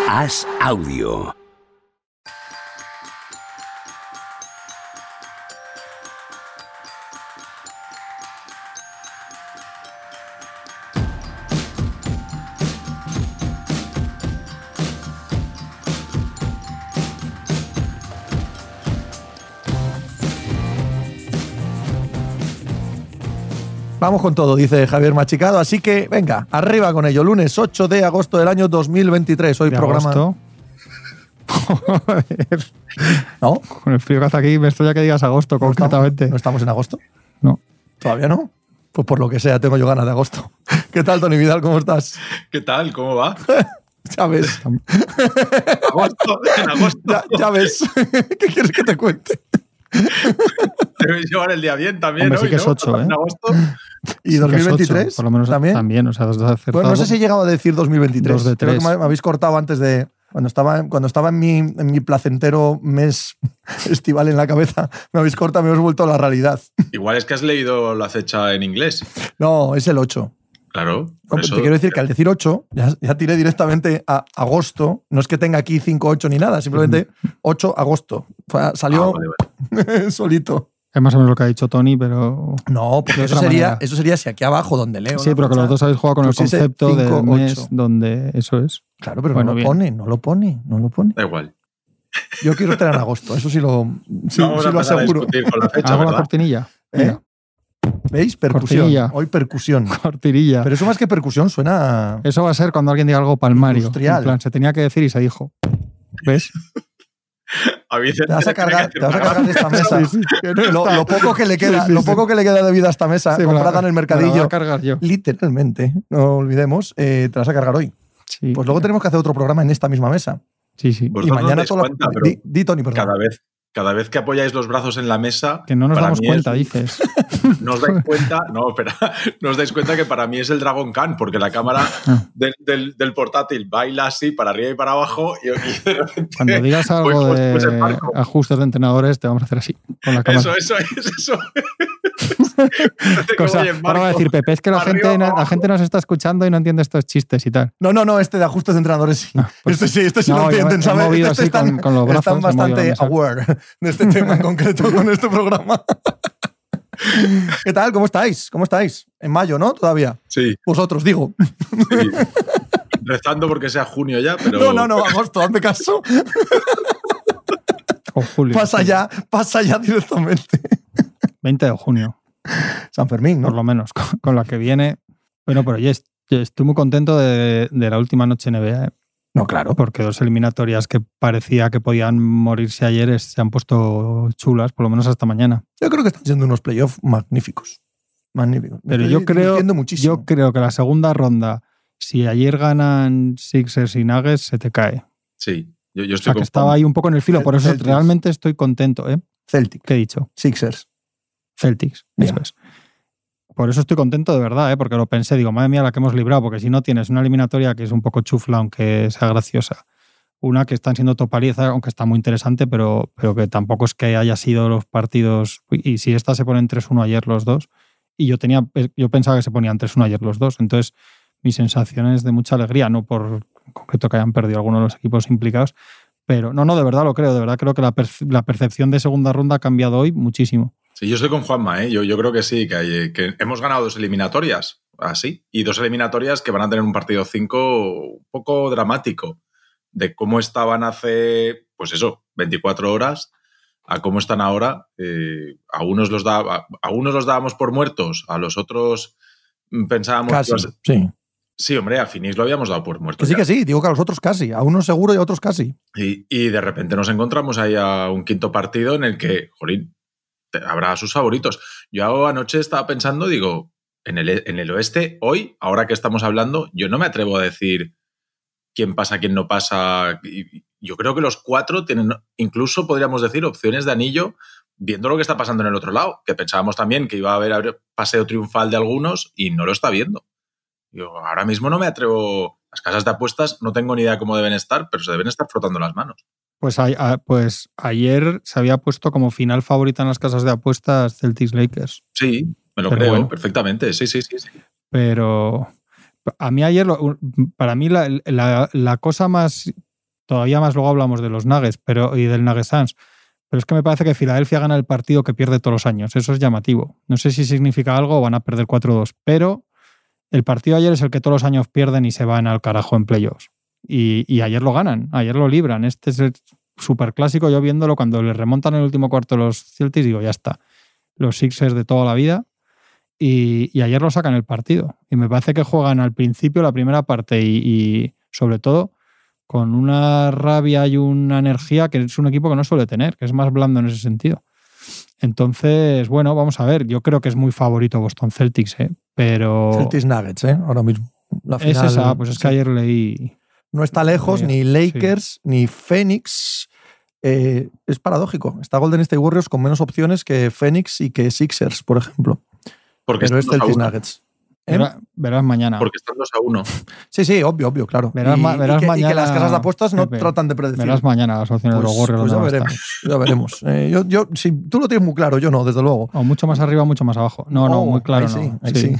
Haz audio. Vamos con todo, dice Javier Machicado, así que venga, arriba con ello. Lunes 8 de agosto del año 2023. Hoy ¿De programa... agosto? ¿No? Con el frío que hace aquí me extraña que digas agosto concretamente. ¿No estamos en agosto? No. ¿Todavía no? Pues por lo que sea, tengo yo ganas de agosto. ¿Qué tal, Tony Vidal? ¿Cómo estás? ¿Qué tal? ¿Cómo va? Ya ves. Agosto, en agosto. Ya ves. ¿Qué quieres que te cuente? Debes llevar el día bien también. Hombre, sí hoy, que ¿no? es 8, ¿eh? En agosto. ¿Y Sí, 2023? que es 8, por lo menos también, o sea, has acertado. Bueno, no sé si he llegado a decir 2023. 2 de 3. Creo que me habéis cortado antes de... Cuando estaba en mi placentero mes estival en la cabeza, me habéis cortado, me habéis vuelto a la realidad. Igual es que has leído la fecha en inglés. No, es el 8. Claro. No, te quiero decir que al decir 8, ya tiré directamente a agosto. No es que tenga aquí 5-8 ni nada, simplemente 8 agosto. Salió vale. solito. Es más o menos lo que ha dicho Tony, pero... No, porque eso sería si aquí abajo donde leo. Sí, pero que los dos habéis jugado con el concepto 5, de mes 8. donde eso es. Claro, pero bueno, no lo pone. Da igual. Yo quiero estar en agosto, eso sí lo aseguro. Con la fecha, ¿Hago la ¿verdad? cortinilla? ¿Eh? ¿Veis? Percusión. Cortinilla. Hoy percusión. Cortinilla. Pero eso más que percusión suena... Eso va a ser cuando alguien diga algo palmario. Industrial. En plan, se tenía que decir y se dijo. ¿Ves? Te vas a cargar de esta mesa. Sí. Lo poco que le queda, Sí. lo poco que le queda de vida a esta mesa, Sí, comprada en el me la mercadillo. voy a cargar yo. Literalmente, no olvidemos, te la vas a cargar hoy. Sí. Pues luego tenemos que hacer otro programa en esta misma mesa. Sí. Y Vosotros mañana no os todo dais cuenta, pero Di, Tony, perdón. cada vez que apoyáis los brazos en la mesa. Que no nos para damos mí cuenta, dices. No os dais cuenta. No, espera. No os dais cuenta que para mí es el Dragon Khan, porque la cámara del portátil baila así para arriba y para abajo. Y de repente. Cuando digas algo pues el de barco. ajustes de entrenadores, te vamos a hacer así, con la cámara. Eso. Cosa, ahora va a decir Pepe, es que la gente nos está escuchando y no entiende estos chistes y tal. No, este de ajustes de entrenadores sí. Pues este sí no, lo entienden, he ¿sabes? movido así Están con los brazos, están he movido la bastante mesa. aware de este tema en concreto con este programa. ¿Qué tal? ¿Cómo estáis? En mayo, ¿no? Todavía. Sí. Vosotros, digo. Sí. Rezando porque sea junio ya, pero. No, agosto, hazme caso. O julio. Pasa ya directamente. 20 de junio. San Fermín, ¿no? Por lo menos, con la que viene. Bueno, pero yo estoy muy contento de la última noche NBA, ¿eh? No, claro. Porque 2 eliminatorias que parecía que podían morirse ayer se han puesto chulas, por lo menos hasta mañana. Yo creo que están siendo unos playoffs magníficos. Pero yo creo que la segunda ronda, si ayer ganan Sixers y Nuggets, se te cae. Sí, yo estoy o sea, que estaba ahí un poco en el filo, por eso Celtics. realmente estoy contento, ¿eh? Celtics. ¿Qué he dicho? Sixers. Celtics, Yeah. eso es. Por eso estoy contento de verdad, ¿eh? Porque lo pensé, digo, madre mía, la que hemos librado, porque si no tienes una eliminatoria que es un poco chufla, aunque sea graciosa, una que están siendo topaliza, aunque está muy interesante, pero que tampoco es que haya sido los partidos, y si esta se ponen 3-1 ayer los dos, y yo pensaba que se ponían 3-1 ayer los dos, entonces mi sensación es de mucha alegría, no por en concreto que hayan perdido algunos de los equipos implicados, pero no, de verdad lo creo, de verdad creo que la percepción de segunda ronda ha cambiado hoy muchísimo. Sí, yo estoy con Juanma, ¿eh? Yo creo que sí, que hemos ganado 2 eliminatorias, así, y 2 eliminatorias que van a tener un partido 5 un poco dramático, de cómo estaban hace, pues eso, 24 horas, a cómo están ahora. A unos los dábamos por muertos, a los otros pensábamos... Casi, sí. Sí, hombre, a Phoenix lo habíamos dado por muerto. Que sí, digo que a los otros casi, a unos seguro y a otros casi. Y de repente nos encontramos ahí a un quinto partido en el que, jolín, habrá sus favoritos. Yo anoche estaba pensando, digo, en el oeste, hoy, ahora que estamos hablando, yo no me atrevo a decir quién pasa, quién no pasa. Yo creo que los 4 tienen, incluso podríamos decir, opciones de anillo, viendo lo que está pasando en el otro lado, que pensábamos también que iba a haber paseo triunfal de algunos y no lo está viendo. Yo ahora mismo no me atrevo. Las casas de apuestas no tengo ni idea cómo deben estar, pero se deben estar frotando las manos. Pues ayer se había puesto como final favorita en las casas de apuestas Celtics-Lakers. Sí, me lo creo perfectamente. Sí. Pero a mí ayer, para mí la cosa más todavía más luego hablamos de los Nuggets y del Nuggets Suns, pero es que me parece que Filadelfia gana el partido que pierde todos los años. Eso es llamativo. No sé si significa algo o van a perder 4-2, pero el partido de ayer es el que todos los años pierden y se van al carajo en playoffs. Y ayer lo ganan, ayer lo libran. Este es el súper clásico. Yo viéndolo cuando le remontan en el último cuarto los Celtics, digo, ya está. Los Sixers de toda la vida. Y ayer lo sacan el partido. Y me parece que juegan al principio la primera parte y sobre todo con una rabia y una energía que es un equipo que no suele tener, que es más blando en ese sentido. Entonces, bueno, vamos a ver. Yo creo que es muy favorito Boston Celtics, pero... Celtics Nuggets, ahora mismo. La final, es esa, pues es que ayer leí... No está lejos ni Lakers ni Phoenix. Es paradójico. Está Golden State Warriors con menos opciones que Phoenix y que Sixers, por ejemplo. Pero es Celtics Nuggets. Verás mañana. Porque están 2-1. Sí, obvio, claro. Verás mañana, y que las casas de apuestas no tratan de predecir. Verás mañana las opciones de los Warriors. Pues ya veremos. Yo, si tú lo tienes muy claro, yo no, desde luego. O mucho más arriba, mucho más abajo. No, muy claro. Ahí sí.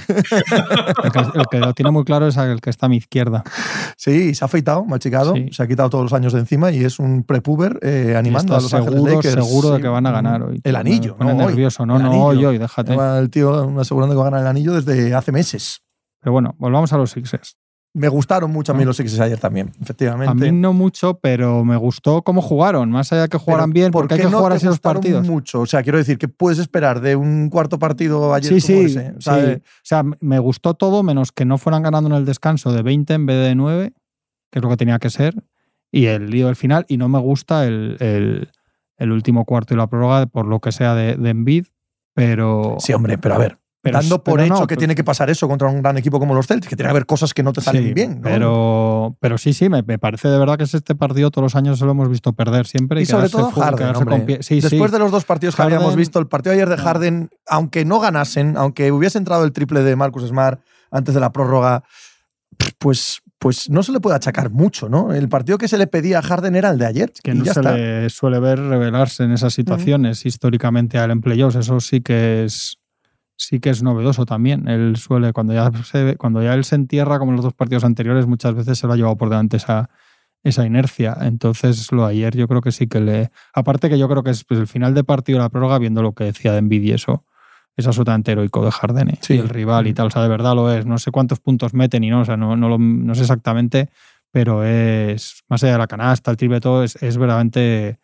El que lo tiene muy claro es el que está a mi izquierda. Sí, se ha afeitado, machicado, se ha quitado todos los años de encima y es un prepuber animando a Los Ángeles Lakers. Seguro de que van a ganar hoy. El anillo. Me pone nervioso. Hoy, déjate. El tío asegurando que va a ganar el anillo desde hace meses. Pero bueno, volvamos a los Sixers. Me gustaron mucho a mí los Sixers ayer también, efectivamente. A mí no mucho, pero me gustó cómo jugaron, más allá de que jugaran bien, porque hay que jugar así los partidos. Mucho, o sea, quiero decir, ¿qué puedes esperar de un cuarto partido ayer como ese? O sea, me gustó todo, menos que no fueran ganando en el descanso de 20 en vez de 9, que es lo que tenía que ser, y el lío del final, y no me gusta el último cuarto y la prórroga, por lo que sea de Embiid, pero... Sí, hombre, pero a ver. Dando por hecho que tiene que pasar eso contra un gran equipo como los Celtics, que tiene que haber cosas que no te salen bien, ¿no? Pero sí, me parece de verdad que este partido todos los años se lo hemos visto perder siempre. Y sobre todo Harden, hombre. Después de los dos partidos que habíamos visto, el partido ayer de Harden, aunque no ganasen, aunque hubiese entrado el triple de Marcus Smart antes de la prórroga, pues no se le puede achacar mucho, ¿no? El partido que se le pedía a Harden era el de ayer. Que no se le suele ver revelarse en esas situaciones históricamente al playoffs. Eso sí que es novedoso también. Él suele, cuando ya él se entierra, como en los dos partidos anteriores, muchas veces se lo ha llevado por delante esa inercia. Entonces, lo de ayer yo creo que sí que le... Aparte que yo creo que es el final de partido, la prórroga, viendo lo que decía de Embiid y eso, es absolutamente heroico de Harden, y el rival y tal. O sea, de verdad lo es. No sé cuántos puntos meten y no, o sea, no sé exactamente, pero es, más allá de la canasta, el triple, todo, es verdaderamente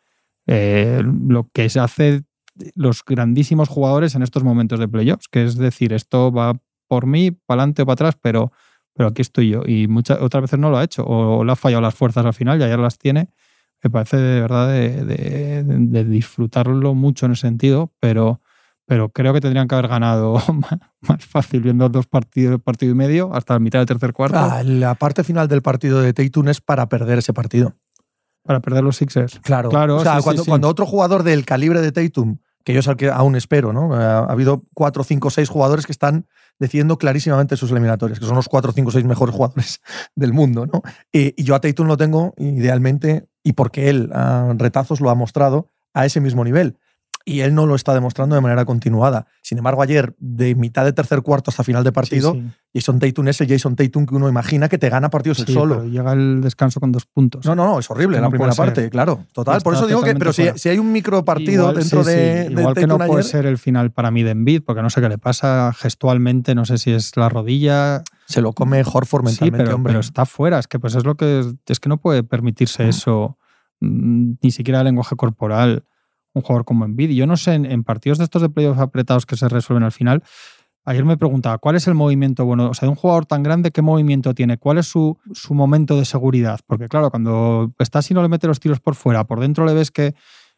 lo que se hace los grandísimos jugadores en estos momentos de playoffs, que es decir, esto va por mí, para adelante o para atrás, pero aquí estoy yo. Y otras veces no lo ha hecho, o le ha fallado las fuerzas al final y ayer las tiene. Me parece de verdad de disfrutarlo mucho en ese sentido, pero creo que tendrían que haber ganado más fácil viendo dos partido y medio hasta la mitad del tercer cuarto. La parte final del partido de Tatum es para perder ese partido. Para perder los Sixers. Claro. O sea, cuando otro jugador del calibre de Tatum, que yo es al que aún espero, ¿no? Ha habido 4, 5, 6 jugadores que están decidiendo clarísimamente sus eliminatorias, que son los 4, 5, 6 mejores jugadores del mundo, ¿no? Y yo a Tatum lo tengo idealmente, y porque él a retazos lo ha mostrado, a ese mismo nivel. Y él no lo está demostrando de manera continuada. Sin embargo, ayer, de mitad de tercer cuarto hasta final de partido, Jason Tatum es el Jason Tatum que uno imagina que te gana partidos él solo. Pero llega el descanso con 2 puntos. No, es horrible en la primera parte, claro. Total, por eso digo que, pero si hay un micro partido igual, dentro de igual Tatum que no ayer, puede ser el final para mí de Embiid, porque no sé qué le pasa gestualmente, no sé si es la rodilla. Se lo come Horford mentalmente, hombre. Pero está fuera, es que pues es lo que es que no puede permitirse eso, ni siquiera el lenguaje corporal. Un jugador como Embiid. Y yo no sé, en partidos de estos de playoffs apretados que se resuelven al final, ayer me preguntaba, ¿cuál es el movimiento bueno? O sea, de un jugador tan grande, ¿qué movimiento tiene? ¿Cuál es su momento de seguridad? Porque claro, cuando estás y no le mete los tiros por fuera, por dentro le ves que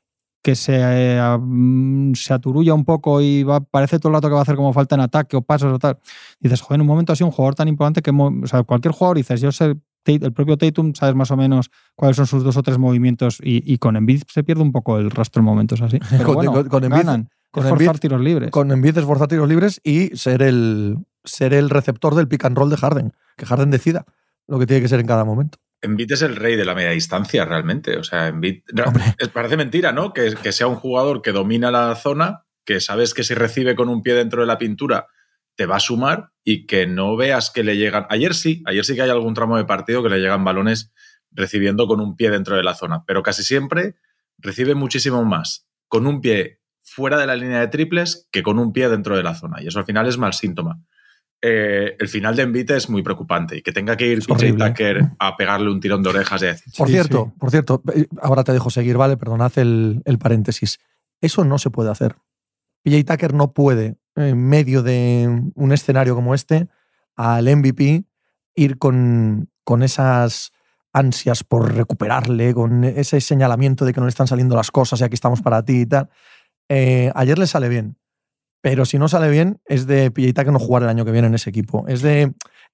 se aturulla un poco y parece todo el rato que va a hacer como falta en ataque o pasos o tal. Dices, joder, en un momento así un jugador tan importante que, o sea, cualquier jugador, dices, yo sé, el propio Tatum, sabes más o menos cuáles son sus 2 o 3 movimientos y con Embiid se pierde un poco el rastro en momentos así. Pero bueno, con Embiid, ganan. Con forzar tiros libres. Con Embiid es forzar tiros libres y ser el receptor del pick and roll de Harden. Que Harden decida lo que tiene que ser en cada momento. Embiid es el rey de la media distancia, realmente. O sea, Embiid... Parece mentira, ¿no? Que sea un jugador que domina la zona, que sabes que si recibe con un pie dentro de la pintura te va a sumar y que no veas que le llegan... Ayer sí que hay algún tramo de partido que le llegan balones recibiendo con un pie dentro de la zona, pero casi siempre recibe muchísimo más con un pie fuera de la línea de triples que con un pie dentro de la zona, y eso al final es mal síntoma. El final de Embiid es muy preocupante, y que tenga que ir PJ Tucker a pegarle un tirón de orejas y decir... Por cierto, ahora te dejo seguir, ¿vale? Perdonad el paréntesis. Eso no se puede hacer. PJ Tucker no puede, en medio de un escenario como este, al MVP ir con esas ansias por recuperarle, con ese señalamiento de que no le están saliendo las cosas y aquí estamos para ti y tal. Ayer le sale bien, pero si no sale bien es de PJ Tucker no jugar el año que viene en ese equipo. Es de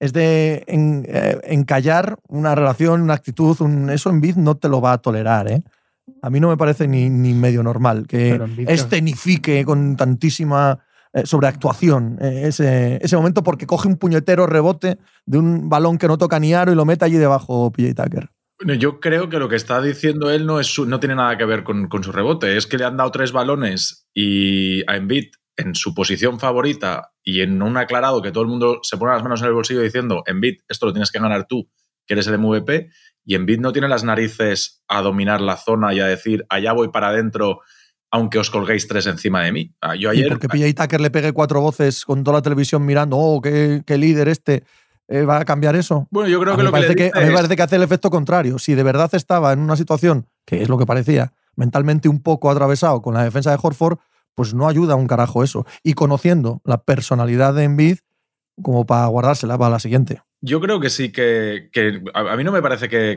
encallar una relación, una actitud, eso Embiid no te lo va a tolerar, ¿eh? A mí no me parece ni medio normal que escenifique con tantísima sobreactuación ese momento, porque coge un puñetero rebote de un balón que no toca ni aro y lo mete allí debajo PJ Tucker. Bueno, yo creo que lo que está diciendo él no tiene nada que ver con su rebote. Es que le han dado 3 balones y a Embiid en su posición favorita y en un aclarado que todo el mundo se pone las manos en el bolsillo diciendo: Embiid, esto lo tienes que ganar tú, que eres el MVP, y Embiid no tiene las narices a dominar la zona y a decir: allá voy para adentro, aunque os colguéis 3 encima de mí. Yo ayer... Y porque PJ Tucker le pegue 4 voces con toda la televisión mirando, qué líder este... ¿Va a cambiar eso? Bueno, yo creo que a mí me parece que hace el efecto contrario. Si de verdad estaba en una situación, que es lo que parecía, mentalmente un poco atravesado con la defensa de Horford, pues no ayuda un carajo eso. Y conociendo la personalidad de Embiid, como para guardársela para la siguiente. Yo creo que sí, que a mí no me parece que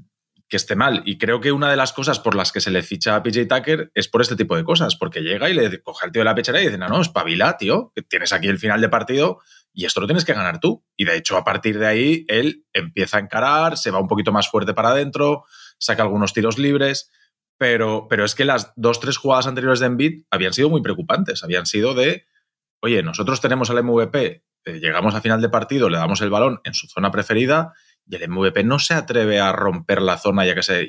esté mal. Y creo que una de las cosas por las que se le ficha a PJ Tucker es por este tipo de cosas. Porque llega y le coge al tío de la pechera y dice: no, espabila, tío, que tienes aquí el final de partido y esto lo tienes que ganar tú. Y de hecho, a partir de ahí, él empieza a encarar, se va un poquito más fuerte para adentro, saca algunos tiros libres, pero es que las 2-3 jugadas anteriores de Embiid habían sido muy preocupantes. Habían sido de: oye, nosotros tenemos al MVP, llegamos a final de partido, le damos el balón en su zona preferida y el MVP no se atreve a romper la zona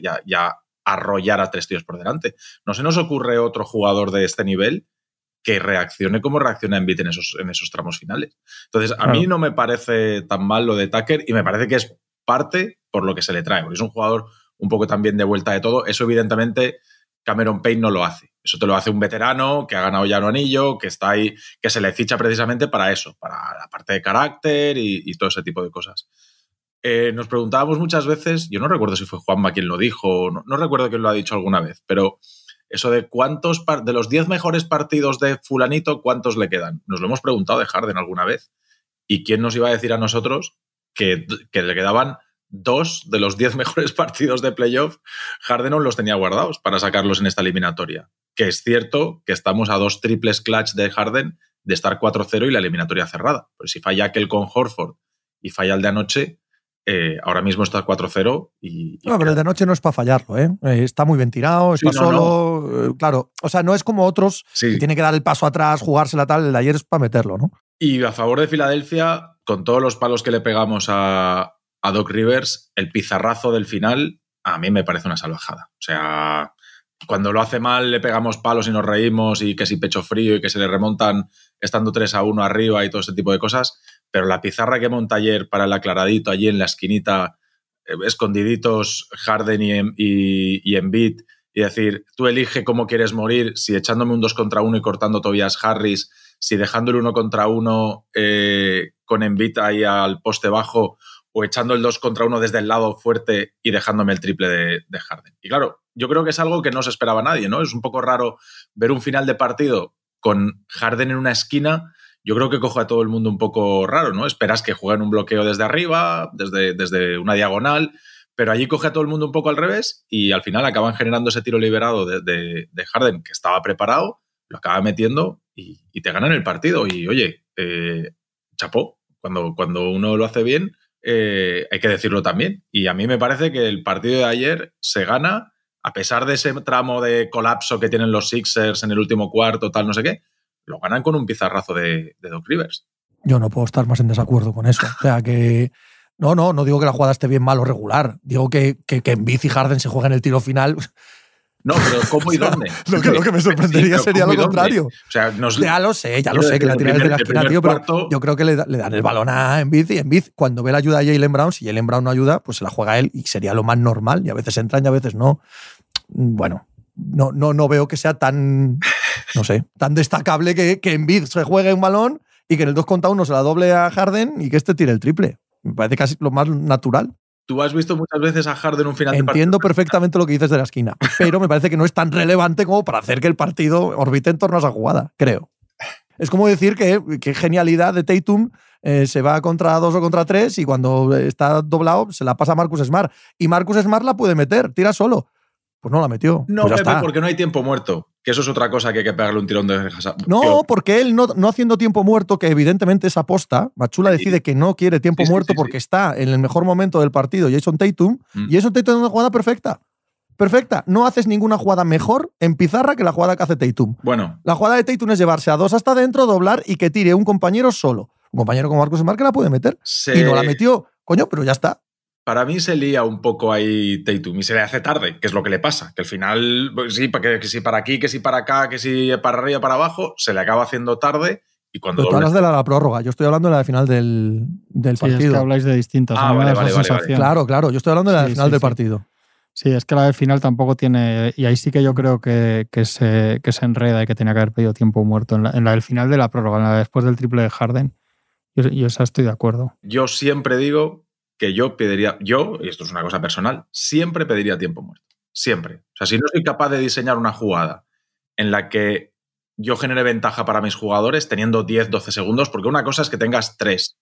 ya arrollar a 3 tíos por delante. No se nos ocurre otro jugador de este nivel que reaccione como reacciona Embiid en esos tramos finales. Entonces, a mí no me parece tan mal lo de Tucker, y me parece que es parte por lo que se le trae, porque es un jugador un poco también de vuelta de todo. Eso, evidentemente, Cameron Payne no lo hace. Eso te lo hace un veterano que ha ganado ya un anillo, que está ahí, que se le ficha precisamente para eso, para la parte de carácter y todo ese tipo de cosas. Nos preguntábamos muchas veces, yo no recuerdo si fue Juanma quien lo dijo, no recuerdo quién lo ha dicho alguna vez, pero eso de cuántos de los 10 mejores partidos de fulanito, ¿cuántos le quedan? Nos lo hemos preguntado de Harden alguna vez. ¿Y quién nos iba a decir a nosotros que le quedaban 2 de los 10 mejores partidos de playoff? Harden no los tenía guardados para sacarlos en esta eliminatoria. Que es cierto que estamos a 2 triples clutch de Harden de estar 4-0 y la eliminatoria cerrada. Pero si falla aquel con Horford y falla el de anoche, ahora mismo está 4-0 No, pero el de anoche no es para fallarlo, ¿eh? Está muy bien tirado, está solo... Claro, o sea, no es como otros que tiene que dar el paso atrás, jugársela tal. El de ayer es para meterlo, ¿no? Y a favor de Filadelfia, con todos los palos que le pegamos a Doc Rivers, el pizarrazo del final a mí me parece una salvajada. O sea, cuando lo hace mal le pegamos palos y nos reímos, y que si pecho frío y que se le remontan estando 3-1 arriba y todo ese tipo de cosas, pero la pizarra que monta ayer para el aclaradito allí en la esquinita, escondiditos Harden y Embiid, y decir: tú elige cómo quieres morir, si echándome un 2 contra 1 y cortando Tobias Harris, si dejando el 1 contra 1 con Embiid ahí al poste bajo, o echando el 2 contra 1 desde el lado fuerte y dejándome el triple de Harden. Y claro, yo creo que es algo que no se esperaba nadie, ¿no? Es un poco raro ver un final de partido con Harden en una esquina. Yo creo que coge a todo el mundo un poco raro, ¿no? Esperas que jueguen un bloqueo desde arriba, desde una diagonal, pero allí coge a todo el mundo un poco al revés y al final acaban generando ese tiro liberado de Harden, que estaba preparado, lo acaba metiendo y te ganan el partido. Y oye, chapó, cuando uno lo hace bien, hay que decirlo también. Y a mí me parece que el partido de ayer se gana, a pesar de ese tramo de colapso que tienen los Sixers en el último cuarto, tal, no sé qué, lo ganan con un pizarrazo de Doc Rivers. Yo no puedo estar más en desacuerdo con eso. O sea, que no digo que la jugada esté bien, mal o regular. Digo que Embiid y Harden se jueguen el tiro final. No, pero ¿cómo y dónde? Lo que me sorprendería sería lo contrario. O sea, ya lo sé, que la tira desde la esquina, tío, pero yo creo que le dan el balón a Embiid y Embiid, cuando ve la ayuda a Jaylen Brown, si Jaylen Brown no ayuda, pues se la juega él y sería lo más normal. Y a veces entran y a veces no. Bueno, no veo que sea tan, no sé, tan destacable que Embiid se juegue un balón y que en el 2 contra 1 se la doble a Harden y que este tire el triple. Me parece casi lo más natural. Tú has visto muchas veces a Harden un final de partido. Entiendo perfectamente lo que dices de la esquina, pero me parece que no es tan relevante como para hacer que el partido orbite en torno a esa jugada, creo. Es como decir que genialidad de Tatum se va contra 2 o contra 3 y cuando está doblado se la pasa a Marcus Smart. Y Marcus Smart la puede meter, tira solo. Pues no la metió. No, pues ya Pepe, está. Porque no hay tiempo muerto. Que eso es otra cosa que hay que pegarle un tirón de orejas. No, porque él no haciendo tiempo muerto, que evidentemente es aposta, Machula decide que no quiere tiempo muerto porque está en el mejor momento del partido Jason Tatum, y Jason Tatum es una jugada perfecta. Perfecta. No haces ninguna jugada mejor en pizarra que la jugada que hace Tatum. Bueno. La jugada de Tatum es llevarse a 2 hasta adentro, doblar y que tire un compañero solo. Un compañero como Marcus Smart que la puede meter. Y no la metió. Coño, pero ya está. Para mí se lía un poco ahí Tatum y se le hace tarde, que es lo que le pasa. Que al final, sí, que si para aquí, que si para acá, que si para arriba, para abajo, se le acaba haciendo tarde. Y cuando tú hablas de la prórroga, yo estoy hablando de la final del partido. Es que habláis de distintas. Vale. Claro, yo estoy hablando de la final del partido. Sí, es que la del final tampoco tiene. Y ahí sí que yo creo que se enreda y que tenía que haber pedido tiempo muerto. En la del final de la prórroga, en la después del triple de Harden. Yo esa estoy de acuerdo. Yo siempre digo que yo, y esto es una cosa personal, siempre pediría tiempo muerto. Siempre. O sea, si no soy capaz de diseñar una jugada en la que yo genere ventaja para mis jugadores teniendo 10, 12 segundos, porque una cosa es que tengas 3,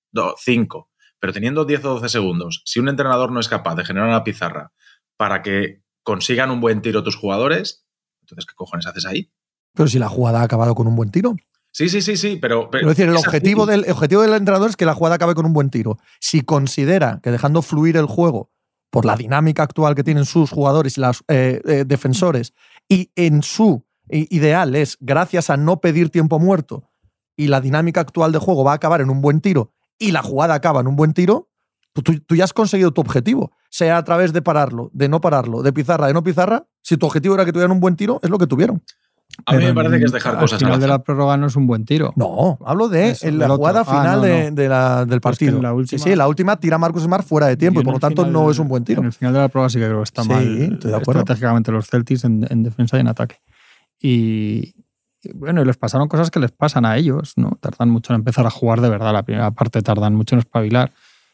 5, pero teniendo 10 o 12 segundos, si un entrenador no es capaz de generar una pizarra para que consigan un buen tiro tus jugadores, entonces, ¿qué cojones haces ahí? Pero si la jugada ha acabado con un buen tiro. Sí, pero es decir, el objetivo del entrenador es que la jugada acabe con un buen tiro. Si considera que dejando fluir el juego por la dinámica actual que tienen sus jugadores y los defensores, y en su ideal es, gracias a no pedir tiempo muerto, y la dinámica actual de juego va a acabar en un buen tiro, y la jugada acaba en un buen tiro, tú ya has conseguido tu objetivo. Sea a través de pararlo, de no pararlo, de pizarra, de no pizarra, si tu objetivo era que tuvieran un buen tiro, es lo que tuvieron. A mí me parece que es dejar cosas. Al final de la prórroga no es un buen tiro. No, hablo de la jugada final del partido. En la última tira Marcus Smart fuera de tiempo y por lo tanto no es un buen tiro. En el final de la prórroga sí que creo que está mal. Estoy de acuerdo. Estratégicamente los Celtics en defensa y en ataque. Y bueno, y les pasaron cosas que les pasan a ellos, ¿no? Tardan mucho en empezar a jugar de verdad. La primera parte tardan mucho en espabilar.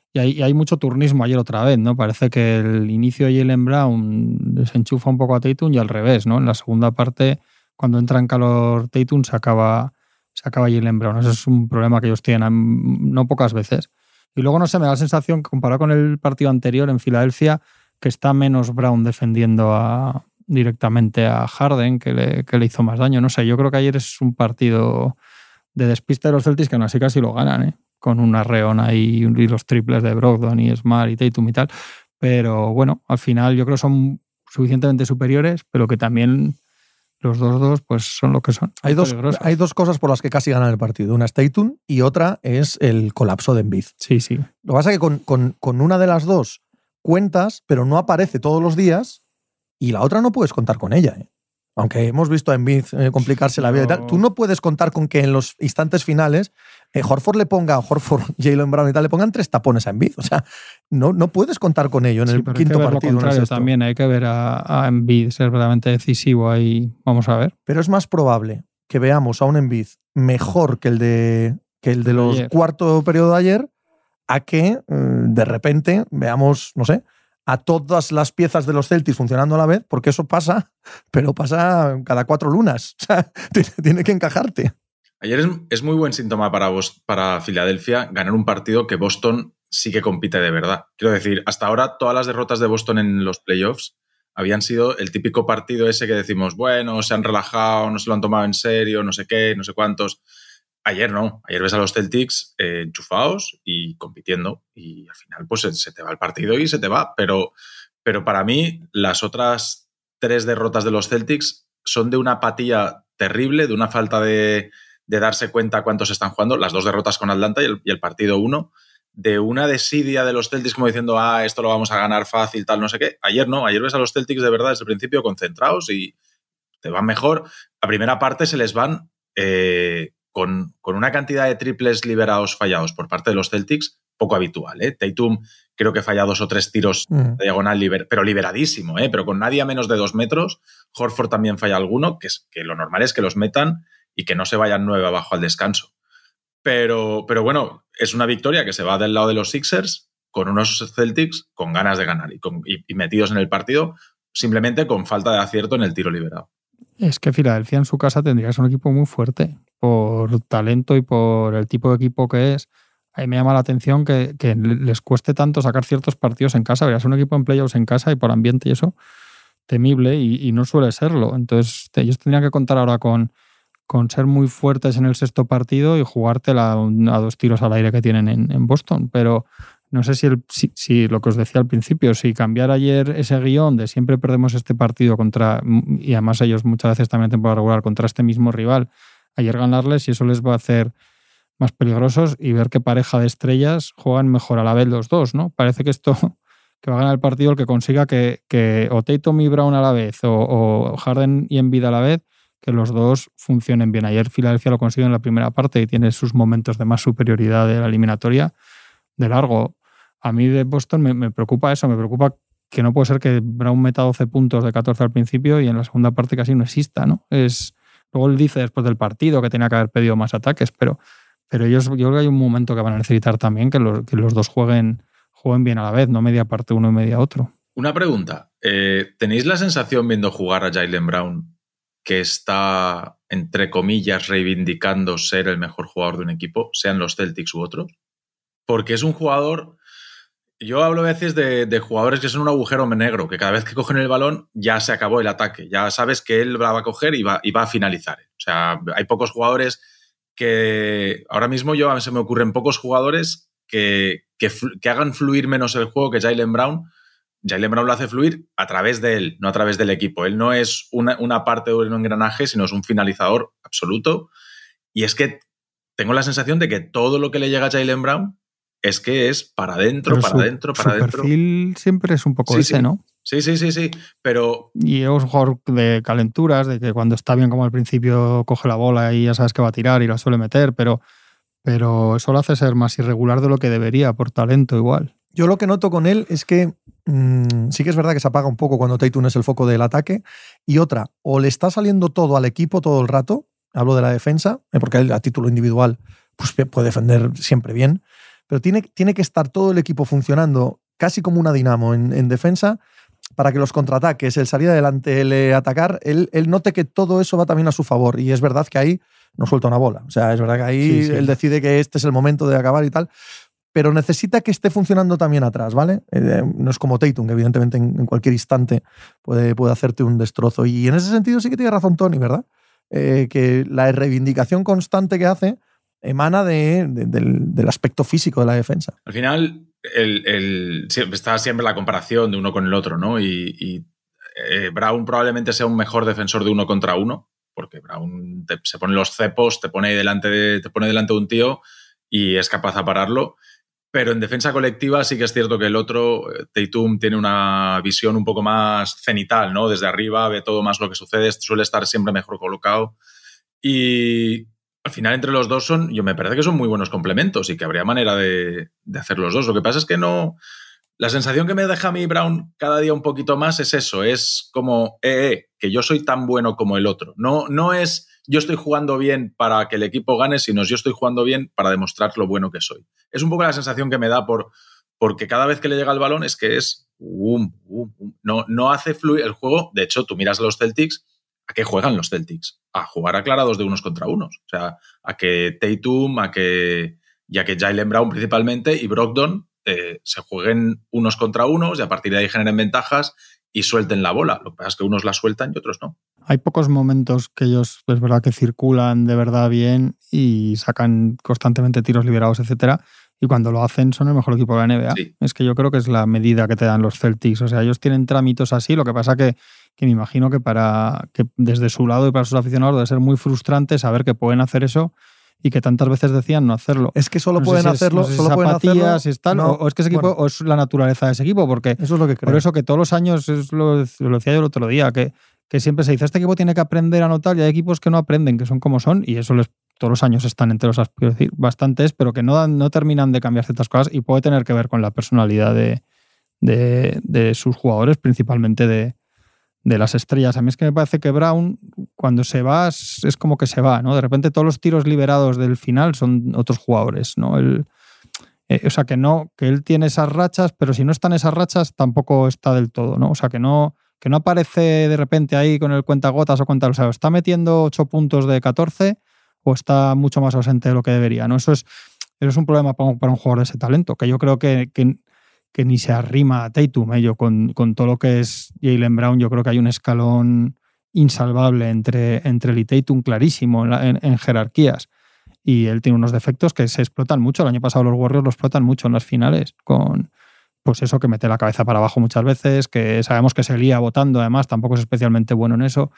Y hay mucho turnismo ayer otra vez, ¿no? Parece que el inicio de Jaylen Brown desenchufa un poco a Tatum y al revés, ¿no? En la segunda parte, cuando entra en calor Tatum, se acaba Jaylen Brown. Ese es un problema que ellos tienen no pocas veces. Y luego, no sé, me da la sensación que comparado con el partido anterior en Filadelfia, que está menos Brown defendiendo directamente a Harden, que le hizo más daño. No sé, yo creo que ayer es un partido de despiste de los Celtics que aún así casi lo ganan, ¿eh? Con un arreón ahí y los triples de Brogdon y Smart y Tatum y tal. Pero bueno, al final yo creo que son suficientemente superiores, pero que también los 2-2 pues son lo que son. Hay dos cosas por las que casi ganan el partido. Una es Tatum y otra es el colapso de Embiid. Sí. Lo que pasa es que con una de las dos cuentas, pero no aparece todos los días, y la otra no puedes contar con ella, ¿eh? Aunque hemos visto a Embiid complicarse la vida y tal, tú no puedes contar con que en los instantes finales Horford, Jaylen Brown y tal, le pongan 3 tapones a Embiid. O sea, no puedes contar con ello en el quinto partido. Lo contrario, también hay que ver a Embiid ser verdaderamente decisivo ahí. Vamos a ver. Pero es más probable que veamos a un Embiid mejor que el de los ayer. Cuarto periodo de ayer, a que de repente veamos, no sé, a todas las piezas de los Celtics funcionando a la vez, porque eso pasa, pero pasa cada 4 lunas. O sea, tiene que encajarte. Ayer es muy buen síntoma para Filadelfia ganar un partido que Boston sí que compite de verdad. Quiero decir, hasta ahora todas las derrotas de Boston en los playoffs habían sido el típico partido ese que decimos, bueno, se han relajado, no se lo han tomado en serio, no sé qué, no sé cuántos. Ayer no. Ayer ves a los Celtics enchufados y compitiendo y al final pues se te va el partido y se te va. Pero para mí las otras 3 derrotas de los Celtics son de una apatía terrible, de una falta de darse cuenta cuántos están jugando. Las 2 derrotas con Atlanta y el partido 1 de una desidia de los Celtics como diciendo, esto lo vamos a ganar fácil, tal, no sé qué. Ayer no, ayer ves a los Celtics de verdad desde el principio concentrados y te van mejor. La primera parte se les van con una cantidad de triples liberados fallados por parte de los Celtics poco habitual. Tatum creo que falla 2 o 3 tiros de diagonal, pero liberadísimo, pero con nadie a menos de 2 metros. Horford también falla alguno, que lo normal es que los metan y que no se vayan 9 abajo al descanso. Pero bueno, es una victoria que se va del lado de los Sixers con unos Celtics con ganas de ganar y metidos en el partido, simplemente con falta de acierto en el tiro liberado. Es que Filadelfia en su casa tendría que ser un equipo muy fuerte por talento y por el tipo de equipo que es. A mí me llama la atención que les cueste tanto sacar ciertos partidos en casa. Verás un equipo en playoffs en casa y por ambiente y eso, temible y no suele serlo. Entonces ellos tendrían que contar ahora con ser muy fuertes en el sexto partido y jugártela a 2 tiros al aire que tienen en Boston. Pero no sé si lo que os decía al principio, si cambiar ayer ese guión de siempre perdemos este partido contra, y además ellos muchas veces también en temporada regular, contra este mismo rival, ayer ganarles y eso les va a hacer más peligrosos y ver qué pareja de estrellas juegan mejor a la vez los dos, ¿no? Parece que esto que va a ganar el partido el que consiga que o Tatum y Brown a la vez o Harden y Embiid a la vez, que los dos funcionen bien. Ayer Filadelfia lo consiguió en la primera parte y tiene sus momentos de más superioridad de la eliminatoria de largo. A mí de Boston me preocupa eso, me preocupa que no puede ser que Brown meta 12 puntos de 14 al principio y en la segunda parte casi no exista, ¿no? Luego él dice después del partido que tenía que haber pedido más ataques, pero ellos, yo creo que hay un momento que van a necesitar también que los dos jueguen bien a la vez, no media parte uno y media otro. Una pregunta. ¿Tenéis la sensación viendo jugar a Jaylen Brown que está, entre comillas, reivindicando ser el mejor jugador de un equipo, sean los Celtics u otros? Porque es un jugador... Yo hablo a veces de jugadores que son un agujero negro, que cada vez que cogen el balón ya se acabó el ataque. Ya sabes que él va a coger y va a finalizar. O sea, hay pocos jugadores que... Ahora mismo se me ocurren pocos jugadores que hagan fluir menos el juego que Jaylen Brown. Jaylen Brown lo hace fluir a través de él, no a través del equipo. Él no es una parte de un engranaje, sino es un finalizador absoluto. Y es que tengo la sensación de que todo lo que le llega a Jaylen Brown es que es para adentro, para adentro, para adentro. Su perfil siempre es un poco ese, ¿no? Sí, pero... Y es un jugador de calenturas, de que cuando está bien como al principio coge la bola y ya sabes que va a tirar y la suele meter, pero eso lo hace ser más irregular de lo que debería, por talento igual. Yo lo que noto con él es que sí que es verdad que se apaga un poco cuando Tatum es el foco del ataque, y otra, o le está saliendo todo al equipo todo el rato, hablo de la defensa, porque él a título individual pues puede defender siempre bien, pero tiene que estar todo el equipo funcionando casi como una dinamo en defensa para que los contraataques, el salir adelante, el atacar, él note que todo eso va también a su favor. Y es verdad que ahí no suelta una bola. O sea, es verdad que ahí él decide que este es el momento de acabar y tal, pero necesita que esté funcionando también atrás, ¿vale? No es como Tatum, que evidentemente en cualquier instante puede hacerte un destrozo. Y en ese sentido sí que tiene razón Tony, ¿verdad? Que la reivindicación constante que hace emana del aspecto físico de la defensa. Al final, está siempre la comparación de uno con el otro, ¿no? Y Brown probablemente sea un mejor defensor de 1 contra 1, porque Brown se pone los cepos, te pone delante de un tío y es capaz de pararlo. Pero en defensa colectiva sí que es cierto que el otro, Tatum, tiene una visión un poco más cenital, ¿no? Desde arriba ve todo más lo que sucede, suele estar siempre mejor colocado. Y al final entre los dos me parece que son muy buenos complementos y que habría manera de hacer los dos. Lo que pasa es que no... La sensación que me deja a mí Brown cada día un poquito más es eso, es como, que yo soy tan bueno como el otro. No es yo estoy jugando bien para que el equipo gane, sino yo estoy jugando bien para demostrar lo bueno que soy. Es un poco la sensación que me da porque cada vez que le llega el balón es que es... No hace fluir el juego. De hecho, tú miras a los Celtics, ¿a qué juegan los Celtics? A jugar aclarados de unos contra unos. O sea, a que Tatum, a que Jaylen Brown principalmente y Brogdon se jueguen unos contra unos y a partir de ahí generen ventajas y suelten la bola. Lo que pasa es que unos la sueltan y otros no. Hay pocos momentos que ellos, es verdad, que circulan de verdad bien y sacan constantemente tiros liberados, etcétera. Y cuando lo hacen son el mejor equipo de la NBA. Sí. Es que yo creo que es la medida que te dan los Celtics. O sea, ellos tienen trámites así. Lo que pasa que me imagino que desde su lado y para sus aficionados debe ser muy frustrante saber que pueden hacer eso y que tantas veces decían no hacerlo. Es que solo no pueden hacerlo, solo pueden hacerlo. Si es tal, no, o es que ese equipo, o es la naturaleza de ese equipo, porque eso es lo que creo. Por eso que todos los años, lo decía yo el otro día, que siempre se dice, este equipo tiene que aprender a anotar, y hay equipos que no aprenden, que son como son, y eso todos los años están entre los decir, bastantes, pero que no terminan de cambiar ciertas cosas, y puede tener que ver con la personalidad de sus jugadores, principalmente de las estrellas. A mí es que me parece que Brown, cuando se va, es como que se va, ¿no? De repente todos los tiros liberados del final son otros jugadores, ¿no? O sea, que él tiene esas rachas, pero si no están esas rachas, tampoco está del todo, ¿no? O sea, que no aparece de repente ahí con el cuentagotas o sea, está metiendo 8 puntos de 14 o está mucho más ausente de lo que debería, ¿no? Eso es un problema para un jugador de ese talento, que yo creo que ni se arrima a Tatum, yo con todo lo que es Jaylen Brown, yo creo que hay un escalón insalvable entre él y Tatum, clarísimo en jerarquías, y él tiene unos defectos que se explotan mucho. El año pasado los Warriors lo explotan mucho en las finales, con pues eso, que mete la cabeza para abajo muchas veces, que sabemos que se lía votando, además tampoco es especialmente bueno en eso,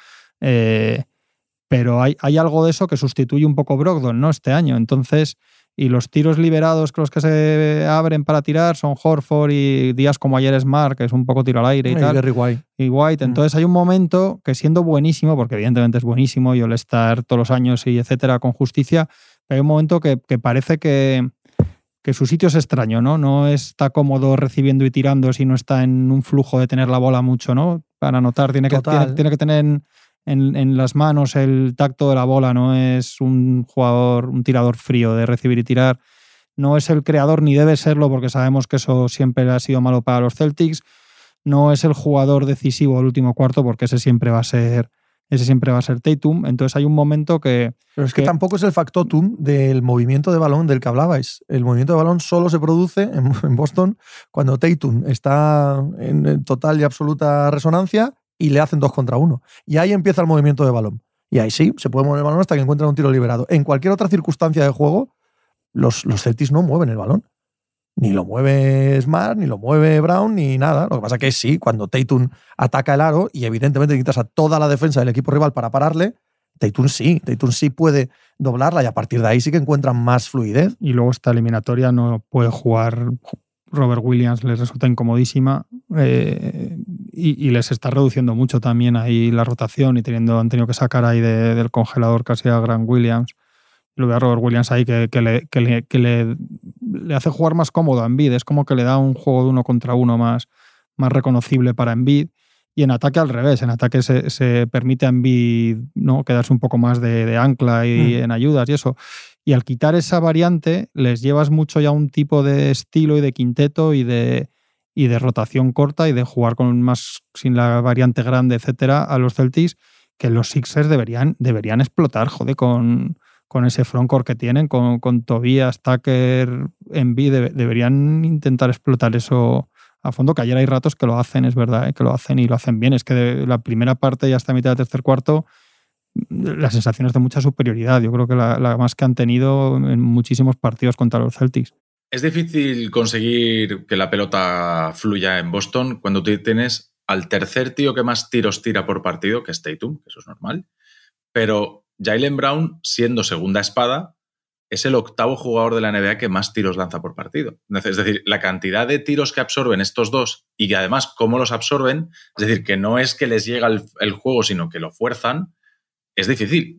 pero hay algo de eso que sustituye un poco Brogdon, ¿no? Este año, entonces... Y los tiros liberados, los que se abren para tirar, son Horford y días como ayer Smart, que es un poco tiro al aire y tal. Gary White. Y White. Entonces hay un momento que, siendo buenísimo, porque evidentemente es buenísimo, y All-Star todos los años y etcétera, con justicia, pero hay un momento que parece que su sitio es extraño, ¿no? No está cómodo recibiendo y tirando si no está en un flujo de tener la bola mucho, ¿no? Para anotar tiene que tener en las manos el tacto de la bola, no es un tirador frío de recibir y tirar, no es el creador ni debe serlo, porque sabemos que eso siempre ha sido malo para los Celtics, no es el jugador decisivo del último cuarto, porque ese siempre va a ser Tatum. Entonces hay un momento que... Pero es que tampoco es el factotum del movimiento de balón del que hablabais. El movimiento de balón solo se produce en Boston cuando Tatum está en total y absoluta resonancia y le hacen 2 contra 1. Y ahí empieza el movimiento de balón. Y ahí sí, se puede mover el balón hasta que encuentran un tiro liberado. En cualquier otra circunstancia de juego, los Celtics no mueven el balón. Ni lo mueve Smart, ni lo mueve Brown, ni nada. Lo que pasa que sí, cuando Tatum ataca el aro y evidentemente quitas a toda la defensa del equipo rival para pararle, Tatum sí puede doblarla y a partir de ahí sí que encuentran más fluidez. Y luego esta eliminatoria no puede jugar... Robert Williams les resulta incomodísima y les está reduciendo mucho también ahí la rotación y han tenido que sacar ahí del congelador casi a Grant Williams. Lo veo a Robert Williams ahí que le hace jugar más cómodo a Embiid. Es como que le da un juego de 1 contra 1 más reconocible para Embiid. Y en ataque al revés. En ataque se permite a Embiid, ¿no?, quedarse un poco más de ancla y en ayudas y eso. Y al quitar esa variante, les llevas mucho ya un tipo de estilo y de quinteto y de rotación corta y de jugar sin la variante grande, etcétera, a los Celtics, que los Sixers deberían explotar, joder, con ese frontcourt que tienen, con Tobias, Tucker, Embiid, deberían intentar explotar eso a fondo, que ayer hay ratos que lo hacen, es verdad, que lo hacen y lo hacen bien. Es que de la primera parte y hasta mitad del tercer cuarto, las sensaciones de mucha superioridad. Yo creo que la más que han tenido en muchísimos partidos contra los Celtics. Es difícil conseguir que la pelota fluya en Boston cuando tú tienes al tercer tío que más tiros tira por partido, que es Tatum, que eso es normal, pero Jaylen Brown, siendo segunda espada, es el 8º jugador de la NBA que más tiros lanza por partido. Es decir, la cantidad de tiros que absorben estos dos y que además cómo los absorben, es decir, que no es que les llega el juego, sino que lo fuerzan, es difícil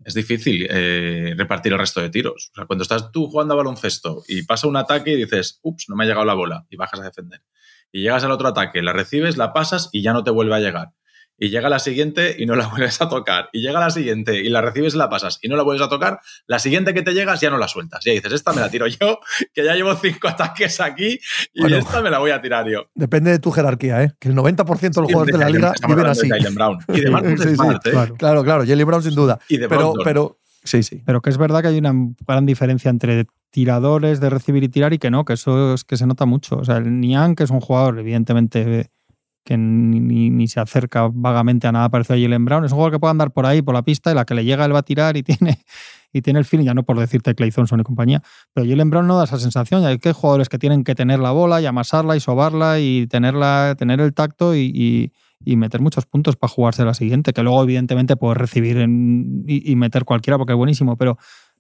repartir el resto de tiros. O sea, cuando estás tú jugando a baloncesto y pasa un ataque y dices, ups, no me ha llegado la bola, y bajas a defender. Y llegas al otro ataque, la recibes, la pasas y ya no te vuelve a llegar. Y llega la siguiente y no la vuelves a tocar. Y llega la siguiente y la recibes y la pasas y no la vuelves a tocar. La siguiente que te llegas ya no la sueltas. Ya dices, esta me la tiro yo, que ya llevo 5 ataques aquí y bueno, esta me la voy a tirar yo. Depende de tu jerarquía, ¿eh? Que el 90% de los jugadores de la liga viven así. De Jaylen Brown. Y de Marcus Smart, ¿eh? Claro, Jaylen Brown sin duda. Y de pero sí. Pero que es verdad que hay una gran diferencia entre tiradores de recibir y tirar y que no, que eso es que se nota mucho. O sea, el Niang, que es un jugador evidentemente que ni se acerca vagamente a nada parecido a Jaylen Brown, es un jugador que puede andar por ahí, por la pista, y la que le llega él va a tirar y tiene el feeling, ya no por decirte Klay Thompson y compañía, pero Jaylen Brown no da esa sensación. Hay que jugadores que tienen que tener la bola y amasarla y sobarla y tener el tacto y meter muchos puntos para jugarse la siguiente, que luego evidentemente puedes recibir y meter cualquiera porque es buenísimo, pero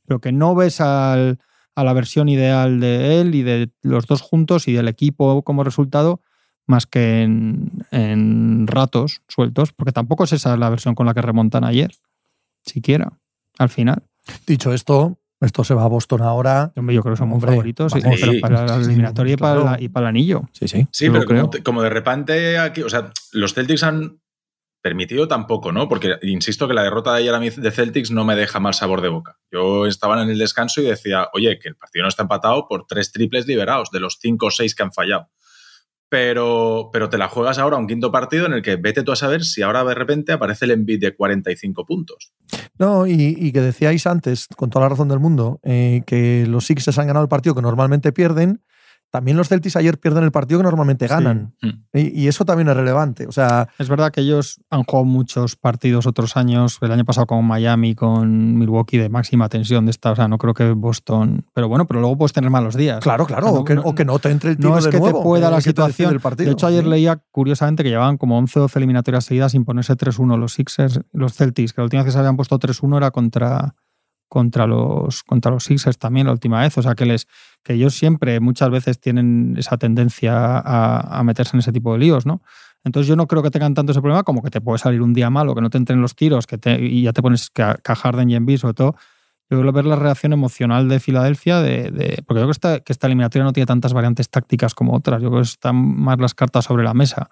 pero que no ves a la versión ideal de él y de los dos juntos y del equipo como resultado, más que en ratos sueltos, porque tampoco es esa la versión con la que remontan ayer, siquiera, al final. Dicho esto se va a Boston ahora. Yo creo que son muy favoritos, vamos, pero para la eliminatoria claro. y para el anillo. Sí. Sí, pero como de repente aquí, o sea, los Celtics han permitido tampoco, ¿no? Porque insisto que la derrota de ayer a mí de Celtics no me deja mal sabor de boca. Yo estaba en el descanso y decía, oye, que el partido no está empatado por 3 triples liberados de los 5 o 6 que han fallado. Pero te la juegas ahora un quinto partido en el que vete tú a saber si ahora de repente aparece el Embiid de 45 puntos. No, y que decíais antes, con toda la razón del mundo, que los Sixers han ganado el partido que normalmente pierden. También los Celtics ayer pierden el partido que normalmente ganan. Sí. Y eso también es relevante. O sea, es verdad que ellos han jugado muchos partidos otros años, el año pasado con Miami, con Milwaukee, de máxima tensión de esta. O sea, no creo que Boston... Pero bueno, pero luego puedes tener malos días. Claro. O que no te entre el tiro no es de que nuevo, te pueda la que situación. Del partido. De hecho, ayer leía curiosamente que llevaban como 11 o 12 eliminatorias seguidas sin ponerse 3-1 los Sixers, los Celtics, que la última vez que se habían puesto 3-1 era contra los Sixers también la última vez. O sea, que ellos siempre, muchas veces, tienen esa tendencia a meterse en ese tipo de líos, ¿no? Entonces yo no creo que tengan tanto ese problema como que te puede salir un día malo, que no te entren los tiros, y ya te pones que a Harden y Embiid, sobre todo. Yo creo ver la reacción emocional de Filadelfia, porque yo creo que esta eliminatoria no tiene tantas variantes tácticas como otras. Yo creo que están más las cartas sobre la mesa.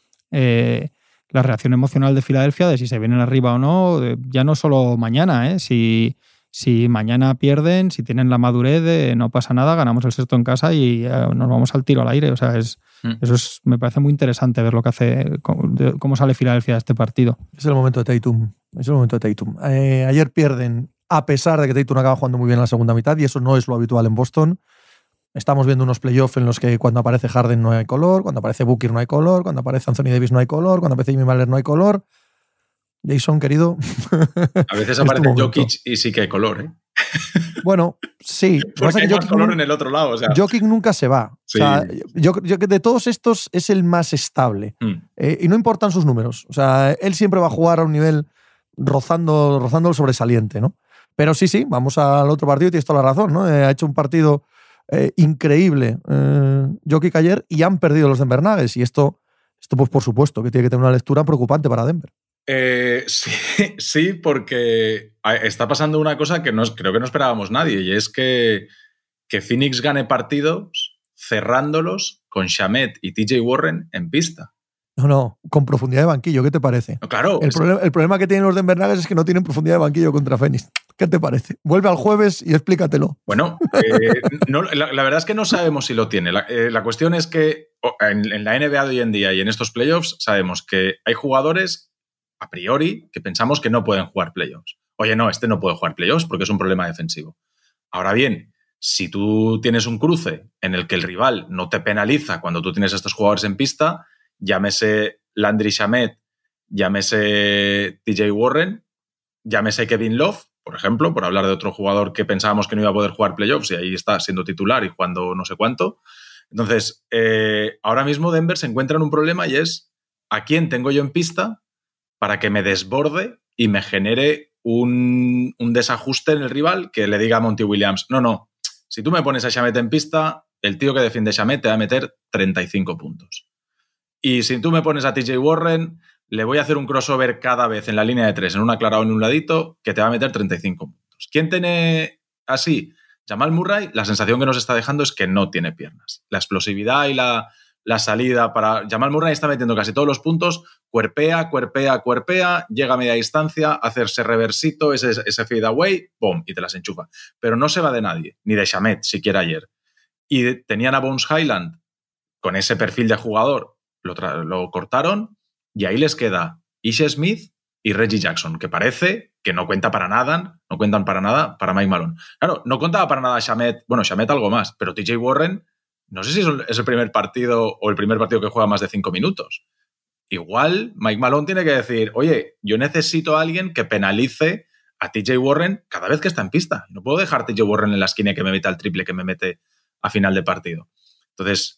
La reacción emocional de Filadelfia de si se vienen arriba o no, ya no solo mañana, si mañana pierden, si tienen la madurez de no pasa nada, ganamos el sexto en casa y nos vamos al tiro al aire. O sea, me parece muy interesante ver lo que hace, cómo sale Filadelfia de este partido. Es el momento de Tatum. Ayer pierden, a pesar de que Tatum acaba jugando muy bien en la segunda mitad, y eso no es lo habitual en Boston. Estamos viendo unos playoffs en los que cuando aparece Harden no hay color, cuando aparece Booker no hay color, cuando aparece Anthony Davis no hay color, cuando aparece Jimmy Butler no hay color. Jason, querido. A veces aparece Jokic y sí que hay color, ¿eh? Bueno, sí. Porque hay más color en el otro lado. O sea. Jokic nunca se va. Sí. O sea, yo que de todos estos es el más estable. Y no importan sus números. O sea, él siempre va a jugar a un nivel rozando el sobresaliente, ¿no? Pero sí, vamos al otro partido y tienes toda la razón, ¿no? Ha hecho un partido increíble Jokic ayer y han perdido los Denver Nuggets. Y esto pues por supuesto que tiene que tener una lectura preocupante para Denver. Sí, porque está pasando una cosa que creo que no esperábamos nadie, y es que Phoenix gane partidos cerrándolos con Shamet y TJ Warren en pista. No, con profundidad de banquillo, ¿qué te parece? No, claro. El problema que tienen los Denver Nuggets es que no tienen profundidad de banquillo contra Phoenix. ¿Qué te parece? Vuelve al jueves y explícatelo. Bueno, la verdad es que no sabemos si lo tiene. La cuestión es que en la NBA de hoy en día y en estos playoffs sabemos que hay jugadores a priori que pensamos que no pueden jugar playoffs. Oye, no, este no puede jugar playoffs porque es un problema defensivo. Ahora bien, si tú tienes un cruce en el que el rival no te penaliza cuando tú tienes a estos jugadores en pista, llámese Landry Shamet, llámese TJ Warren, llámese Kevin Love, por ejemplo, por hablar de otro jugador que pensábamos que no iba a poder jugar playoffs y ahí está siendo titular y jugando no sé cuánto. Entonces, ahora mismo Denver se encuentra en un problema y es ¿a quién tengo yo en pista para que me desborde y me genere un desajuste en el rival que le diga a Monty Williams, no, si tú me pones a Shamet en pista, el tío que defiende Shamet te va a meter 35 puntos. Y si tú me pones a TJ Warren, le voy a hacer un crossover cada vez en la línea de 3, en un aclarado en un ladito, que te va a meter 35 puntos. ¿Quién tiene así? Jamal Murray, la sensación que nos está dejando es que no tiene piernas. La explosividad y la salida para... Jamal Murray está metiendo casi todos los puntos, cuerpea, llega a media distancia, hacerse reversito, ese fade away, ¡pum!, y te las enchufa. Pero no se va de nadie, ni de Shamet, siquiera ayer. Y tenían a Bones Highland con ese perfil de jugador, lo cortaron y ahí les queda Ish Smith y Reggie Jackson, que parece que no cuentan para nada para Mike Malone. Claro, no contaba para nada Shamet, bueno, Shamet algo más, pero TJ Warren, no sé si es el primer partido o el primer partido que juega más de 5 minutos. Igual Mike Malone tiene que decir, oye, yo necesito a alguien que penalice a TJ Warren cada vez que está en pista. No puedo dejar a TJ Warren en la esquina y que me meta el triple que me mete a final de partido. Entonces,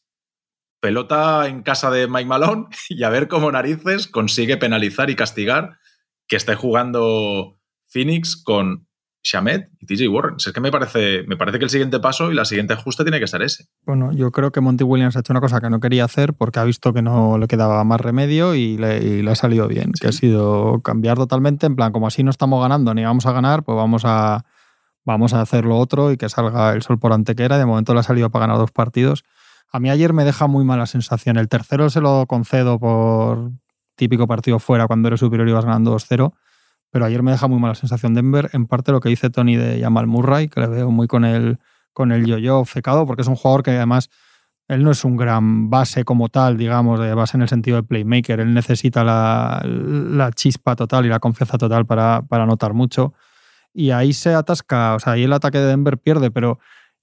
pelota en casa de Mike Malone y a ver cómo narices consigue penalizar y castigar que esté jugando Phoenix con Shamet y TJ Warren. Es que me parece que el siguiente paso y la siguiente ajuste tiene que ser ese. Bueno, yo creo que Monty Williams ha hecho una cosa que no quería hacer porque ha visto que no le quedaba más remedio y le ha salido bien, sí. Que ha sido cambiar totalmente, en plan, como así no estamos ganando ni vamos a ganar, pues vamos a hacer lo otro y que salga el sol por Antequera. De momento le ha salido para ganar 2 partidos. A mí ayer me deja muy mala sensación. El tercero se lo concedo por típico partido fuera, cuando eres superior y vas ganando 2-0. Pero ayer me deja muy mala sensación Denver, en parte lo que dice Tony de Jamal Murray, que le veo muy con el yo-yo obcecado, porque es un jugador que además él no es un gran base como tal, digamos, de base en el sentido de playmaker. Él necesita la chispa total y la confianza total para anotar mucho. Y ahí se atasca, o sea, ahí el ataque de Denver pierde, pero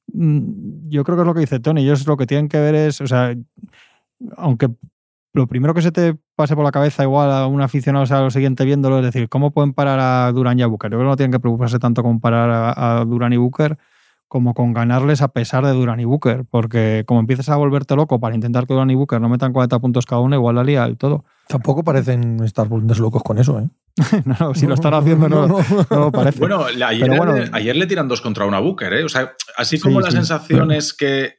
yo creo que es lo que dice Tony. Ellos lo que tienen que ver es, o sea, aunque lo primero que se te pase por la cabeza igual a un aficionado, o sea, lo siguiente viéndolo, es decir, ¿cómo pueden parar a Durant y a Booker? Yo creo que no tienen que preocuparse tanto con parar a Durant y Booker como con ganarles a pesar de Durant y Booker, porque como empieces a volverte loco para intentar que Durant y Booker no metan 40 puntos cada uno, igual la lía del todo. Tampoco parecen estar volviéndose locos con eso, ¿eh? No, si lo están haciendo no lo parece. Bueno, ayer le tiran 2 contra 1 a Booker, ¿eh? O sea, así como la sensación es que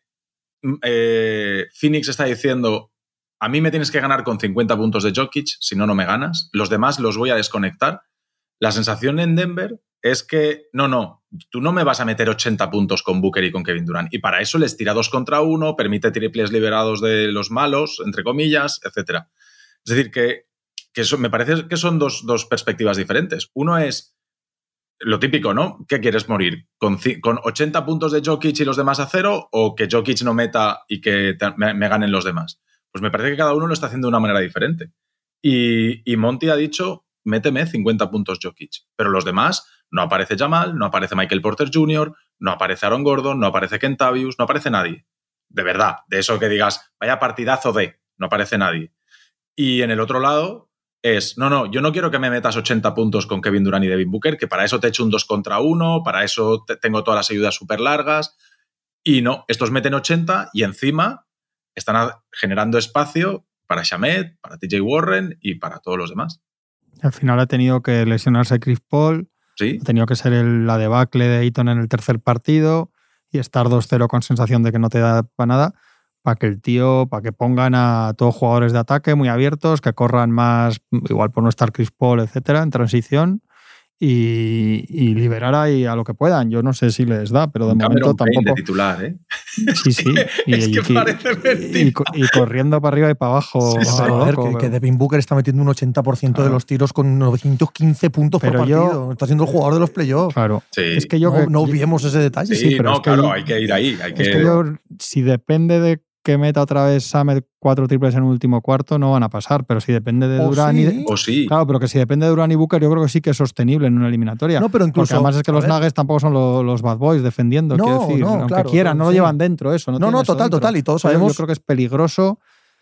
Phoenix está diciendo: a mí me tienes que ganar con 50 puntos de Jokic, si no, no me ganas. Los demás los voy a desconectar. La sensación en Denver es que no, tú no me vas a meter 80 puntos con Booker y con Kevin Durant. Y para eso les tira 2 contra 1, permite triples liberados de los malos, entre comillas, etc. Es decir, que eso, me parece que son dos perspectivas diferentes. Uno es lo típico, ¿no? ¿Qué quieres morir? ¿Con 80 puntos de Jokic y los demás a 0? ¿O que Jokic no meta y que me ganen los demás? Pues me parece que cada uno lo está haciendo de una manera diferente. Y Monty ha dicho: méteme 50 puntos Jokic. Pero los demás, no aparece Jamal, no aparece Michael Porter Jr., no aparece Aaron Gordon, no aparece Kentavius, no aparece nadie. De verdad, de eso que digas, vaya partidazo no aparece nadie. Y en el otro lado es, no, yo no quiero que me metas 80 puntos con Kevin Durant y Devin Booker, que para eso te echo un 2 contra 1, para eso tengo todas las ayudas súper largas. Y no, estos meten 80 y encima están generando espacio para Shamet, para TJ Warren y para todos los demás. Al final ha tenido que lesionarse Chris Paul, ¿Sí? Ha tenido que ser la debacle de Ayton en el tercer partido y estar 2-0 con sensación de que no te da para nada, para que pongan a todos jugadores de ataque muy abiertos, que corran más, igual por no estar Chris Paul, etcétera, en transición. Y liberar ahí a lo que puedan. Yo no sé si les da, pero de momento tampoco. De titular, ¿eh? Sí. Y corriendo para arriba y para abajo. Sí, que Devin Booker está metiendo un 80% de los tiros con 915 puntos por partido. Está siendo el jugador de los playoffs. Claro. Sí. Es que no olvidemos ese detalle. Sí, pero claro, hay que ir ahí. Es que yo, si depende de que meta otra vez Samet 4 triples en el último cuarto, no van a pasar, pero si depende de Durant sí. Claro, pero que si depende de Durant y Booker, yo creo que sí que es sostenible en una eliminatoria. No, pero incluso, porque además es que los Nuggets tampoco son los bad boys defendiendo, quiero decir, aunque quieran, no lo llevan dentro eso. Total, y todos sabemos. Yo creo que es peligroso.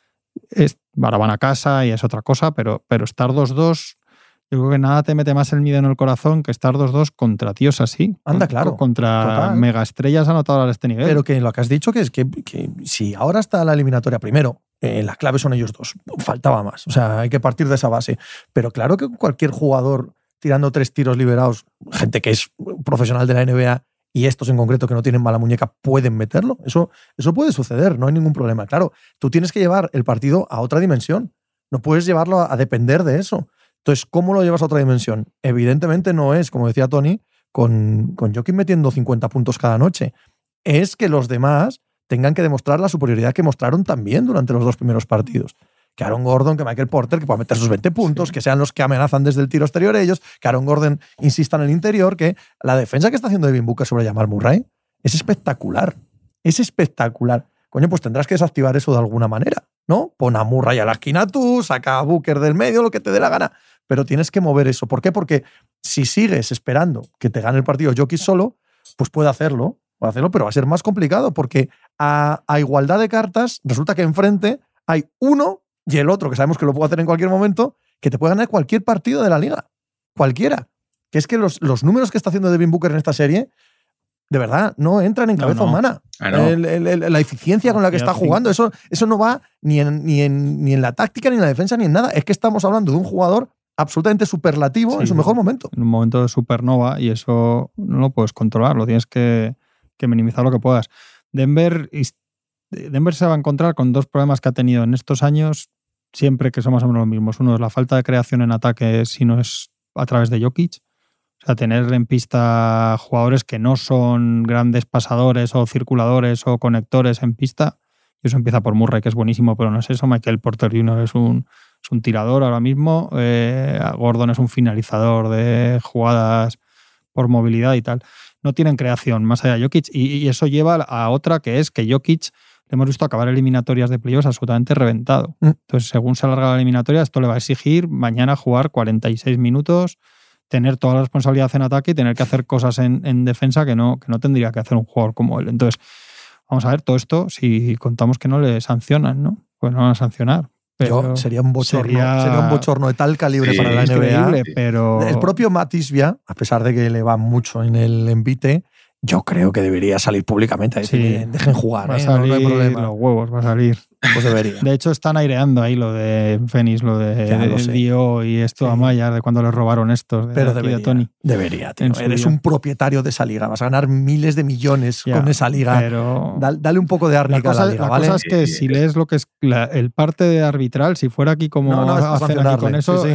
Ahora van a casa y es otra cosa, pero estar 2-2, yo creo que nada te mete más el miedo en el corazón que estar 2-2 contra tíos así. Anda, claro. Contra megaestrellas anotadoras de este nivel. Pero que lo que has dicho que es que si ahora está la eliminatoria primero, la clave son ellos dos. Faltaba más. O sea, hay que partir de esa base. Pero claro que cualquier jugador tirando 3 tiros liberados, gente que es profesional de la NBA y estos en concreto que no tienen mala muñeca, pueden meterlo. Eso puede suceder, no hay ningún problema. Claro, tú tienes que llevar el partido a otra dimensión. No puedes llevarlo a depender de eso. Entonces, ¿cómo lo llevas a otra dimensión? Evidentemente no es, como decía Tony, con Jokic metiendo 50 puntos cada noche. Es que los demás tengan que demostrar la superioridad que mostraron también durante los 2 primeros partidos. Que Aaron Gordon, que Michael Porter, que puedan meter sus 20 puntos, que sean los que amenazan desde el tiro exterior ellos, que Aaron Gordon insista en el interior, que la defensa que está haciendo Devin Booker sobre Jamal Murray es espectacular. Es espectacular. Coño, pues tendrás que desactivar eso de alguna manera, ¿no? Pon a Murray a la esquina tú, saca a Booker del medio, lo que te dé la gana. Pero tienes que mover eso. ¿Por qué? Porque si sigues esperando que te gane el partido Jokic solo, pues puede hacerlo, pero va a ser más complicado porque a igualdad de cartas resulta que enfrente hay uno y el otro, que sabemos que lo puede hacer en cualquier momento, que te puede ganar cualquier partido de la liga. Cualquiera. Que es que los números que está haciendo Devin Booker en esta serie, de verdad, no entran en cabeza humana. La eficiencia con la que está jugando, eso no va ni en la táctica, ni en la defensa, ni en nada. Es que estamos hablando de un jugador absolutamente superlativo en su mejor momento. En un momento de supernova, y eso no lo puedes controlar, lo tienes que minimizar lo que puedas. Denver se va a encontrar con dos problemas que ha tenido en estos años, siempre que son más o menos los mismos. Uno es la falta de creación en ataque si no es a través de Jokic. O sea, tener en pista jugadores que no son grandes pasadores o circuladores o conectores en pista. Y eso empieza por Murray, que es buenísimo, pero no es eso. Michael Porter Jr. es un tirador ahora mismo. Gordon es un finalizador de jugadas por movilidad y tal. No tienen creación más allá de Jokic. Y eso lleva a otra, que es que Jokic le hemos visto acabar eliminatorias de playoffs absolutamente reventado. Entonces, según se alarga la eliminatoria, esto le va a exigir mañana jugar 46 minutos, tener toda la responsabilidad en ataque y tener que hacer cosas en defensa que no tendría que hacer un jugador como él. Entonces, vamos a ver todo esto si contamos que no le sancionan, ¿no? Pues no van a sancionar. Pero sería un bochorno de tal calibre para la NBA. Pero el propio Matt Ishbia, a pesar de que le va mucho en el envite, yo creo que debería salir públicamente a decir, dejen jugar, va a salir, no hay problema. Los huevos va a salir. Pues debería. De hecho, están aireando ahí lo de Phoenix, lo de Dio y esto a Maya, de cuando les robaron estos pero debería, tío. Eres un propietario de esa liga, vas a ganar miles de millones con esa liga. Pero dale un poco de árnica a la liga, ¿vale? La cosa es que si lees lo que es el parte arbitral, si fuera aquí como hacen aquí con eso,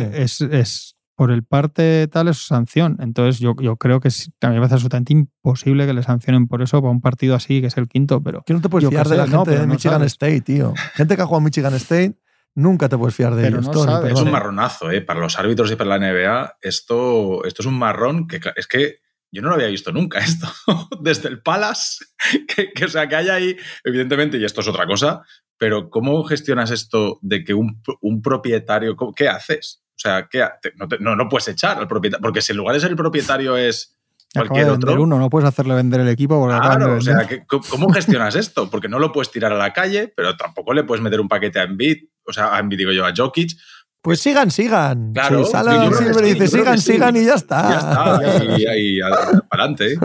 es por el parte tal es sanción. Entonces yo creo que a mí me parece absolutamente imposible que le sancionen por eso para un partido así, que es el quinto, pero... Que no te puedes fiar de la gente de Michigan State, tío. Gente que ha jugado en Michigan State, nunca te puedes fiar de ellos. Es un marronazo, para los árbitros y para la NBA. Esto es un marrón que es que yo no lo había visto nunca esto. Desde el Palace, que o sea, que hay ahí, evidentemente, y esto es otra cosa, pero ¿cómo gestionas esto de que un propietario... ¿Qué haces? O sea, no puedes echar al propietario, porque si en lugar de ser el propietario es cualquier otro... no puedes hacerle vender el equipo. Claro, o sea, ¿cómo gestionas esto? Porque no lo puedes tirar a la calle, pero tampoco le puedes meter un paquete a Embiid, a Jokic. Pues sigan. Claro. Sí, Sala siempre dice sigan y ya está. Ya está, y para adelante.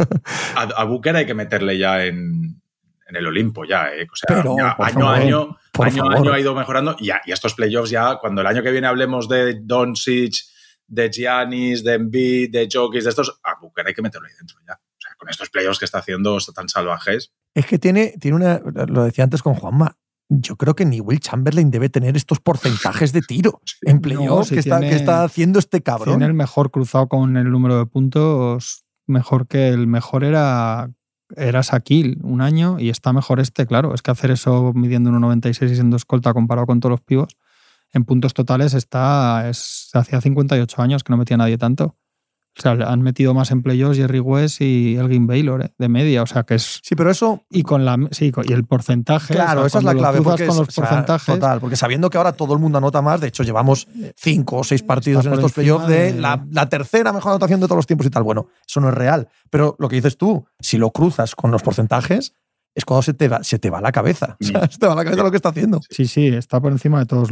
A Booker hay que meterle ya en el Olimpo ya, O sea, pero, ya año a año ha ido mejorando y estos playoffs ya, cuando el año que viene hablemos de Doncic, de Giannis, de Embiid, de Jokic, de estos, a Booker hay que meterlo ahí dentro ya. O sea, con estos playoffs que está haciendo tan salvajes. Es que tiene una, lo decía antes con Juanma, yo creo que ni Will Chamberlain debe tener estos porcentajes de tiro en playoffs que está haciendo este cabrón. Tiene el mejor cruzado con el número de puntos, mejor que el mejor era Shaquille un año y está mejor claro. Es que hacer eso midiendo 1,96 y siendo escolta comparado con todos los pibos, en puntos totales hacía 58 años que no metía nadie tanto. O sea, han metido más en playoffs Jerry West y Elgin Baylor, de media. O sea, que es... Sí, pero eso... Y el porcentaje... Claro, esa es la clave. Porque con los porcentajes... Total, porque sabiendo que ahora todo el mundo anota más, de hecho llevamos 5 o 6 partidos en estos playoffs de la tercera mejor anotación de todos los tiempos y tal. Bueno, eso no es real. Pero lo que dices tú, si lo cruzas con los porcentajes, es cuando se te va la cabeza. O sea, se te va la cabeza lo que está haciendo. Sí, está por encima de todos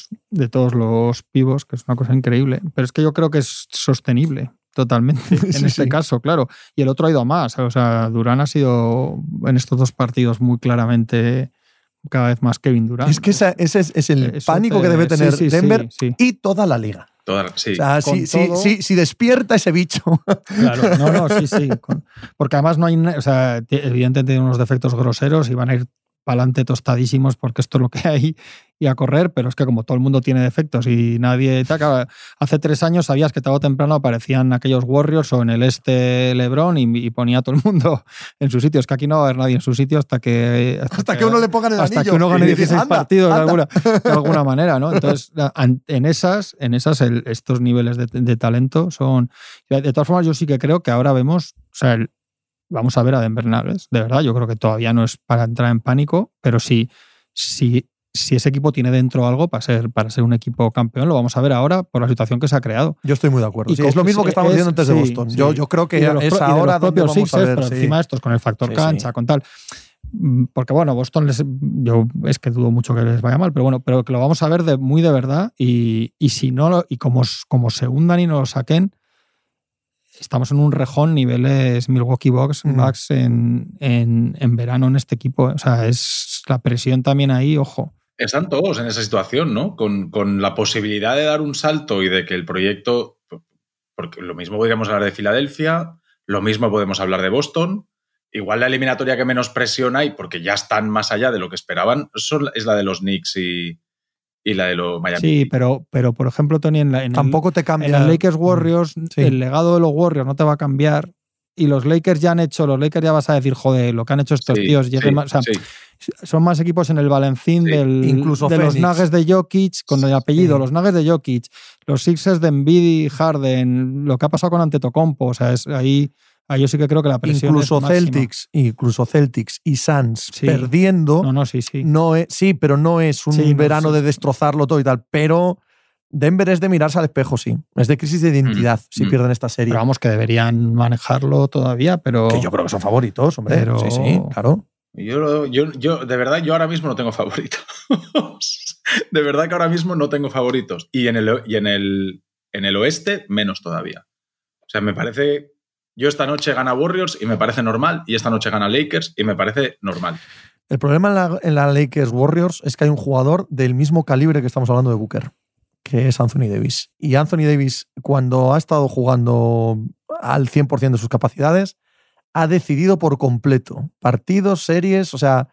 los pivos, que es una cosa increíble. Pero es que yo creo que es sostenible. Totalmente, en este caso, claro. Y el otro ha ido a más. O sea, Durant ha sido en estos dos partidos muy claramente cada vez más Kevin Durant. Es que ese es el pánico que debe tener Denver y toda la liga. O sea, si despierta ese bicho. Claro, sí. Porque además no hay... O sea, evidentemente tiene unos defectos groseros y van a ir para adelante tostadísimos porque esto es lo que hay y a correr, pero es que como todo el mundo tiene defectos y nadie... Hace 3 años sabías que tarde o temprano aparecían aquellos Warriors o en el LeBron y ponía a todo el mundo en su sitio. Es que aquí no va a haber nadie en su sitio hasta que uno le pongan el anillo. Hasta que uno gane 16 partidos de alguna manera, ¿no? Entonces, en esas estos niveles de talento son... De todas formas, yo sí que creo que ahora vemos... O sea, vamos a ver a Denver Nuggets, de verdad. Yo creo que todavía no es para entrar en pánico, pero si ese equipo tiene dentro algo para ser un equipo campeón, lo vamos a ver ahora por la situación que se ha creado. Yo estoy muy de acuerdo. Es lo mismo que estábamos diciendo antes de Boston. Sí. Yo creo que es ahora donde vamos a ver. Pero encima de estos, con el factor cancha, con tal... Porque bueno, Boston yo es que dudo mucho que les vaya mal, pero bueno, pero que lo vamos a ver muy de verdad y si no, y como se hundan y no lo saquen, estamos en un rejón niveles Milwaukee Bucks en verano en este equipo. O sea, es la presión también ahí, ojo. Están todos en esa situación, ¿no? Con la posibilidad de dar un salto y de que el proyecto... Porque lo mismo podríamos hablar de Filadelfia, lo mismo podemos hablar de Boston. Igual la eliminatoria que menos presión hay, porque ya están más allá de lo que esperaban, es la de los Knicks y la de los Miami. Sí, pero por ejemplo, Tony, tampoco te cambia. En los Lakers Warriors, sí. El legado de los Warriors no te va a cambiar. Y los Lakers ya vas a decir, joder, lo que han hecho estos tíos. Son más equipos en el Valencín incluso de los Nuggets de Jokic, con el apellido, los Nuggets de Jokic, los Sixers de Embiid y Harden, lo que ha pasado con Antetokounmpo. O sea, ahí yo sí que creo que la presión incluso es incluso Celtics y Suns perdiendo. Pero no es un verano de destrozarlo todo y tal. Pero Denver es de mirarse al espejo, sí. Es de crisis de identidad si pierden esta serie. Pero vamos, que deberían manejarlo todavía, pero... Que yo creo que son favoritos, hombre. Pero... Sí, claro. Yo, de verdad, yo ahora mismo no tengo favoritos. De verdad que ahora mismo no tengo favoritos. Y en el oeste, menos todavía. O sea, me parece... Yo esta noche gana Warriors y me parece normal. Y esta noche gana Lakers y me parece normal. El problema en la Lakers Warriors es que hay un jugador del mismo calibre que estamos hablando de Booker, que es Anthony Davis. Y Anthony Davis, cuando ha estado jugando al 100% de sus capacidades, ha decidido por completo partidos, series, o sea,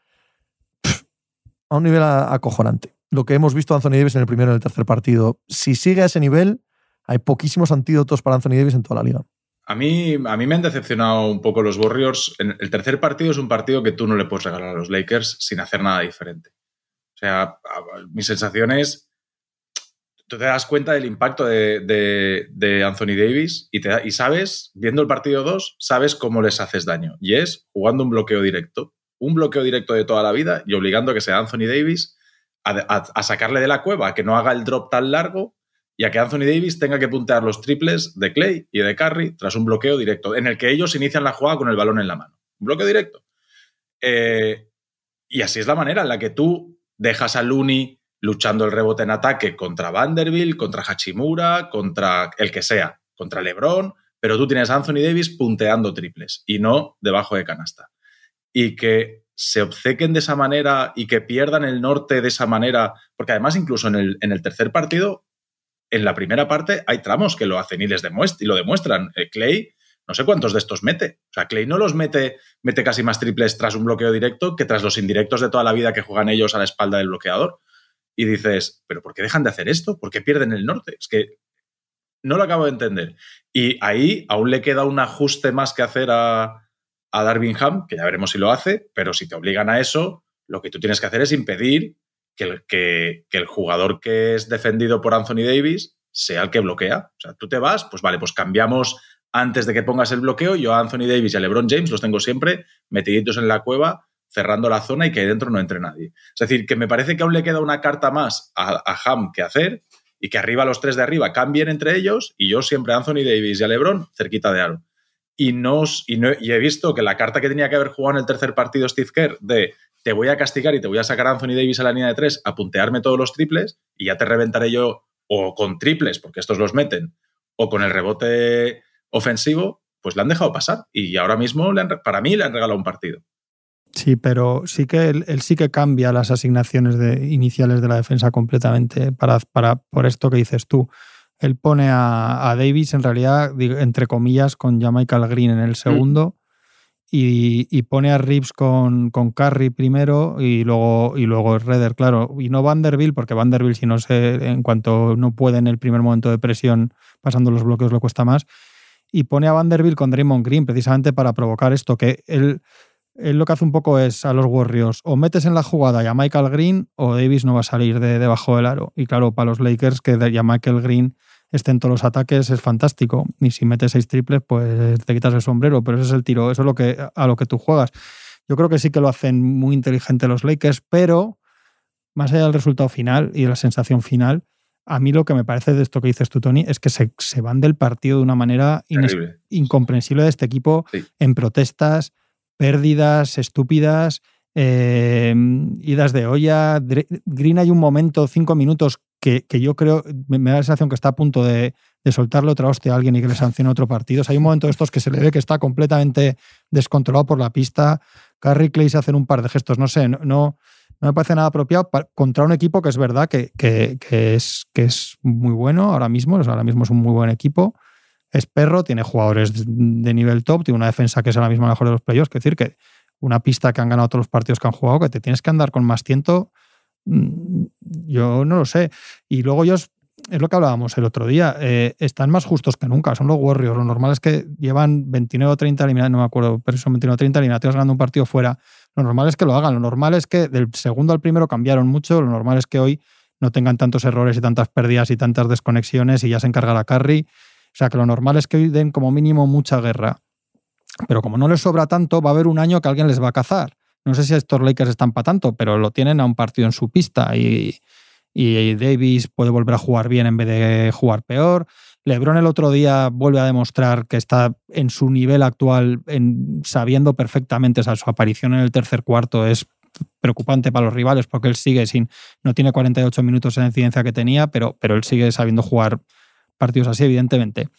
a un nivel acojonante. Lo que hemos visto a Anthony Davis en el primero y el tercer partido. Si sigue a ese nivel, hay poquísimos antídotos para Anthony Davis en toda la liga. A mí me han decepcionado un poco los Warriors. El tercer partido es un partido que tú no le puedes regalar a los Lakers sin hacer nada diferente. O sea, mi sensación es... Tú te das cuenta del impacto de Anthony Davis y sabes, viendo el partido 2, sabes cómo les haces daño. Y es jugando un bloqueo directo. Un bloqueo directo de toda la vida y obligando a que sea Anthony Davis a sacarle de la cueva, a que no haga el drop tan largo y a que Anthony Davis tenga que puntear los triples de Clay y de Curry tras un bloqueo directo, en el que ellos inician la jugada con el balón en la mano. Un bloqueo directo. Y así es la manera en la que tú dejas a Looney luchando el rebote en ataque contra Vanderbilt, contra Hachimura, contra el que sea, contra LeBron, pero tú tienes a Anthony Davis punteando triples y no debajo de canasta. Y que se obcequen de esa manera y que pierdan el norte de esa manera, porque además incluso en el tercer partido, en la primera parte, hay tramos que lo hacen y lo demuestran. Clay, no sé cuántos de estos mete. O sea, Clay no los mete casi más triples tras un bloqueo directo que tras los indirectos de toda la vida que juegan ellos a la espalda del bloqueador. Y dices, ¿pero por qué dejan de hacer esto? ¿Por qué pierden el norte? Es que no lo acabo de entender. Y ahí aún le queda un ajuste más que hacer a Darvin Ham, que ya veremos si lo hace, pero si te obligan a eso, lo que tú tienes que hacer es impedir que el jugador que es defendido por Anthony Davis sea el que bloquea. O sea, tú te vas, pues vale, pues cambiamos antes de que pongas el bloqueo. Yo a Anthony Davis y a LeBron James los tengo siempre metiditos en la cueva, cerrando la zona y que ahí dentro no entre nadie. Es decir, que me parece que aún le queda una carta más a Ham que hacer y que arriba los tres de arriba cambien entre ellos y yo siempre a Anthony Davis y a LeBron cerquita de aro. Y he visto que la carta que tenía que haber jugado en el tercer partido Steve Kerr de te voy a castigar y te voy a sacar a Anthony Davis a la línea de 3 a puntearme todos los triples y ya te reventaré yo o con triples, porque estos los meten, o con el rebote ofensivo, pues le han dejado pasar. Y ahora mismo, para mí, le han regalado un partido. Sí, pero sí que él sí que cambia las asignaciones iniciales de la defensa completamente por esto que dices tú. Él pone a Davis, en realidad, entre comillas, con Jamichael Green en el segundo y pone a Reeves con Curry primero y luego Redder, claro. Y no Vanderbilt, porque Vanderbilt, si no en cuanto no puede en el primer momento de presión, pasando los bloqueos, le cuesta más. Y pone a Vanderbilt con Draymond Green, precisamente para provocar esto, que él lo que hace un poco es a los Warriors, o metes en la jugada a Jamichael Green o Davis no va a salir de debajo del aro. Y claro, para los Lakers, que Jamichael Green esté en todos los ataques es fantástico. Y si metes 6 triples, pues te quitas el sombrero, pero ese es el tiro, eso es a lo que tú juegas. Yo creo que sí que lo hacen muy inteligente los Lakers, pero más allá del resultado final y de la sensación final, a mí lo que me parece de esto que dices tú, Tony, es que se van del partido de una manera incomprensible de este equipo, sí, en protestas, pérdidas estúpidas, idas de olla. Green hay un momento, 5 minutos, que yo creo, me da la sensación que está a punto de soltarle otra hostia a alguien y que le sancione otro partido. O sea, hay un momento de estos que se le ve que está completamente descontrolado por la pista. Curry y Clay se hacen un par de gestos, no sé, no No me parece nada apropiado contra un equipo que es verdad que es muy bueno ahora mismo. O sea, ahora mismo es un muy buen equipo. Es perro, tiene jugadores de nivel top, tiene una defensa que es ahora mismo la mejor de los playoffs. Es decir, que una pista que han ganado todos los partidos que han jugado, que te tienes que andar con más tiento, yo no lo sé. Y luego ellos, es lo que hablábamos el otro día, están más justos que nunca, son los Warriors. Lo normal es que llevan 29 o 30 eliminatorios, no me acuerdo, pero son 29 o 30 eliminatorios ganando un partido fuera. Lo normal es que lo hagan, lo normal es que del segundo al primero cambiaron mucho, lo normal es que hoy no tengan tantos errores y tantas pérdidas y tantas desconexiones y ya se encargará Curry. O sea, que lo normal es que hoy den como mínimo mucha guerra. Pero como no les sobra tanto, va a haber un año que alguien les va a cazar. No sé si estos Lakers están para tanto, pero lo tienen a un partido en su pista y Davis puede volver a jugar bien en vez de jugar peor. LeBron el otro día vuelve a demostrar que está en su nivel actual, sabiendo perfectamente, o sea, su aparición en el tercer cuarto es preocupante para los rivales porque él sigue no tiene 48 minutos en la incidencia que tenía, pero él sigue sabiendo jugar partidos así, evidentemente.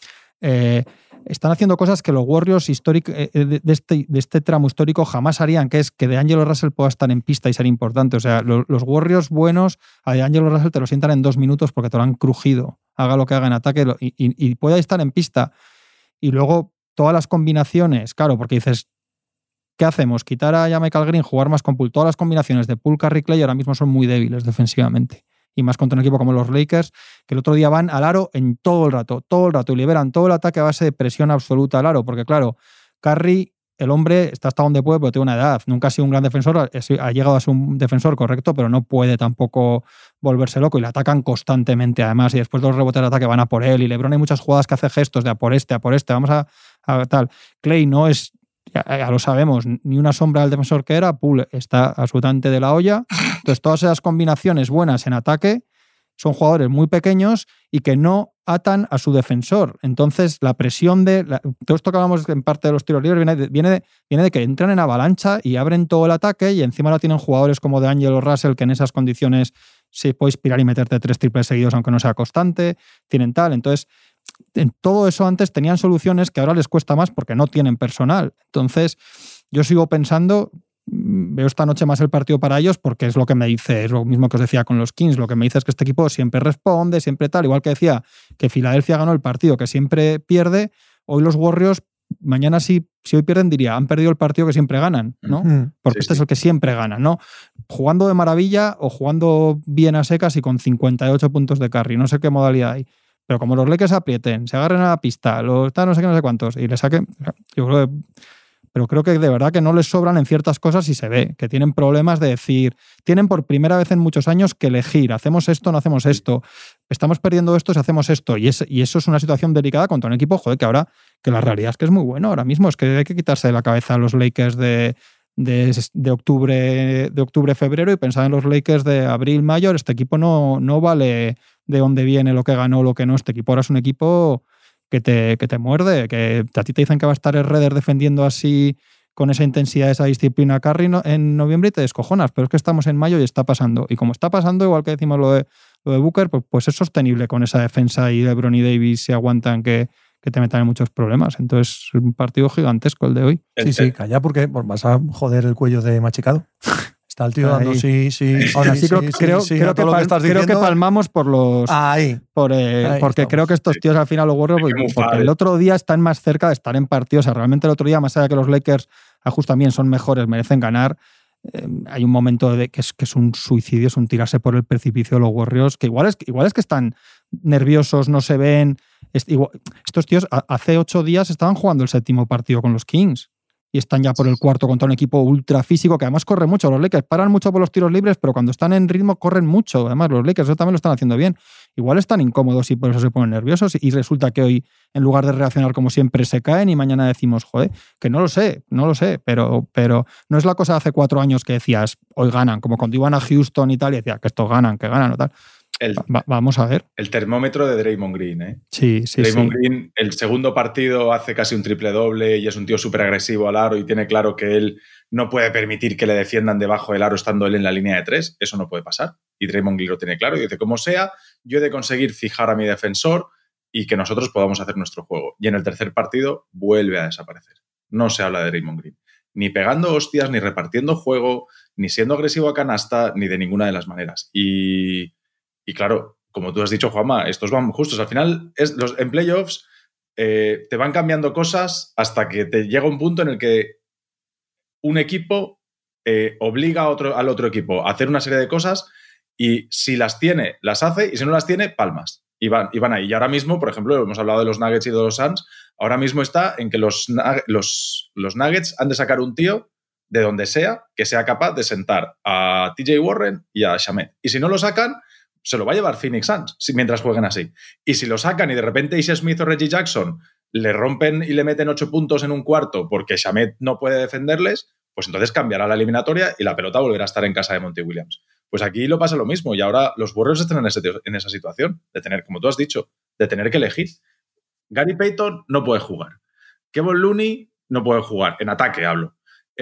Están haciendo cosas que los Warriors de este tramo histórico jamás harían, que es que DeAngelo Russell pueda estar en pista y ser importante. O sea, los Warriors buenos a DeAngelo Russell te lo sientan en 2 minutos porque te lo han crujido. Haga lo que haga en ataque y pueda estar en pista. Y luego todas las combinaciones, claro, porque dices, ¿qué hacemos? ¿Quitar a Michael Green, jugar más con Poole? Todas las combinaciones de Poole, Curry, Clay ahora mismo son muy débiles defensivamente. Y más contra un equipo como los Lakers, que el otro día van al aro en todo el rato, y liberan todo el ataque a base de presión absoluta al aro, porque claro, Curry, el hombre, está hasta donde puede, pero tiene una edad, nunca ha sido un gran defensor, ha llegado a ser un defensor correcto, pero no puede tampoco volverse loco y le atacan constantemente además, y después de los rebotes de ataque van a por él, y LeBron hay muchas jugadas que hace gestos de a por este, vamos a tal. Clay no es, ya lo sabemos, ni una sombra del defensor que era. Poole está absolutamente de la olla. Entonces todas esas combinaciones buenas en ataque son jugadores muy pequeños y que no atan a su defensor. Entonces la presión todo esto que hablamos en parte de los tiros libres viene de que entran en avalancha y abren todo el ataque, y encima lo tienen jugadores como DeAngelo Russell, que en esas condiciones se puede inspirar y meterte 3 triples seguidos aunque no sea constante, tienen tal. Entonces en todo eso antes tenían soluciones que ahora les cuesta más porque no tienen personal. Entonces, yo sigo pensando, veo esta noche más el partido para ellos porque es lo que me dice, es lo mismo que os decía con los Kings, lo que me dice es que este equipo siempre responde, siempre tal, igual que decía que Filadelfia ganó el partido que siempre pierde, hoy los Warriors, mañana si hoy pierden diría, han perdido el partido que siempre ganan, ¿no? Porque este es el que siempre gana, ¿no? Jugando de maravilla o jugando bien a secas y con 58 puntos de carry, no sé qué modalidad hay. Pero como los Lakers aprieten, se agarren a la pista, no sé qué, no sé cuántos, y le saquen, pero creo que de verdad que no les sobran en ciertas cosas y se ve, que tienen problemas de decir, tienen por primera vez en muchos años que elegir, hacemos esto, no hacemos esto, estamos perdiendo esto si hacemos esto, y eso es una situación delicada contra un equipo, joder, que ahora, que la realidad es que es muy bueno ahora mismo, es que hay que quitarse de la cabeza a los Lakers de octubre, febrero y pensar en los Lakers de abril, mayo. Este equipo no vale de dónde viene, lo que ganó, lo que no. Este equipo ahora es un equipo que te muerde, que a ti te dicen que va a estar el Redder defendiendo así con esa intensidad, esa disciplina Curry en noviembre y te descojonas, pero es que estamos en mayo y está pasando. Y como está pasando, igual que decimos lo de Booker, pues es sostenible con esa defensa y LeBron y Davis se aguantan que te metan en muchos problemas. Entonces, es un partido gigantesco el de hoy. Sí, calla porque vas a joder el cuello de Machicado. Está el tío dando sí. Ahora sí, creo que palmamos por los... porque creo que estos tíos al final los Warriors, porque el otro día están más cerca de estar en partidos. O sea, realmente el otro día, más allá de que los Lakers también son mejores, merecen ganar, hay un momento que es un suicidio, es un tirarse por el precipicio de los Warriors, que igual es que están nerviosos, no se ven. Estos tíos hace 8 días estaban jugando el 7º partido con los Kings y están ya por el 4º contra un equipo ultra físico que además corre mucho. Los Lakers paran mucho por los tiros libres, pero cuando están en ritmo corren mucho. Además, los Lakers eso también lo están haciendo bien. Igual están incómodos y por eso se ponen nerviosos y resulta que hoy, en lugar de reaccionar como siempre, se caen y mañana decimos, joder, que no lo sé, pero no es la cosa de hace 4 años que decías, hoy ganan, como cuando iban a Houston y tal y decía que estos ganan, que ganan o tal. Vamos a ver. El termómetro de Draymond Green, ¿eh? Sí. Draymond Green, el segundo partido hace casi un triple doble y es un tío súper agresivo al aro y tiene claro que él no puede permitir que le defiendan debajo del aro estando él en la línea de 3. Eso no puede pasar. Y Draymond Green lo tiene claro y dice, como sea, yo he de conseguir fijar a mi defensor y que nosotros podamos hacer nuestro juego. Y en el tercer partido vuelve a desaparecer. No se habla de Draymond Green. Ni pegando hostias, ni repartiendo juego, ni siendo agresivo a canasta, ni de ninguna de las maneras. Y claro, como tú has dicho, Juanma, estos van justos. Al final, en playoffs te van cambiando cosas hasta que te llega un punto en el que un equipo obliga al otro equipo a hacer una serie de cosas y si las tiene, las hace, y si no las tiene, palmas. Y van ahí. Y ahora mismo, por ejemplo, hemos hablado de los Nuggets y de los Suns, ahora mismo está en que los Nuggets han de sacar un tío de donde sea que sea capaz de sentar a TJ Warren y a Shamet. Y si no lo sacan, se lo va a llevar Phoenix Suns mientras jueguen así. Y si lo sacan y de repente Isaiah Smith o Reggie Jackson le rompen y le meten 8 puntos en un cuarto porque Shamet no puede defenderles, pues entonces cambiará la eliminatoria y la pelota volverá a estar en casa de Monty Williams. Pues aquí lo pasa lo mismo y ahora los Warriors están en esa situación de tener, como tú has dicho, de tener que elegir. Gary Payton no puede jugar. Kevon Looney no puede jugar. En ataque hablo.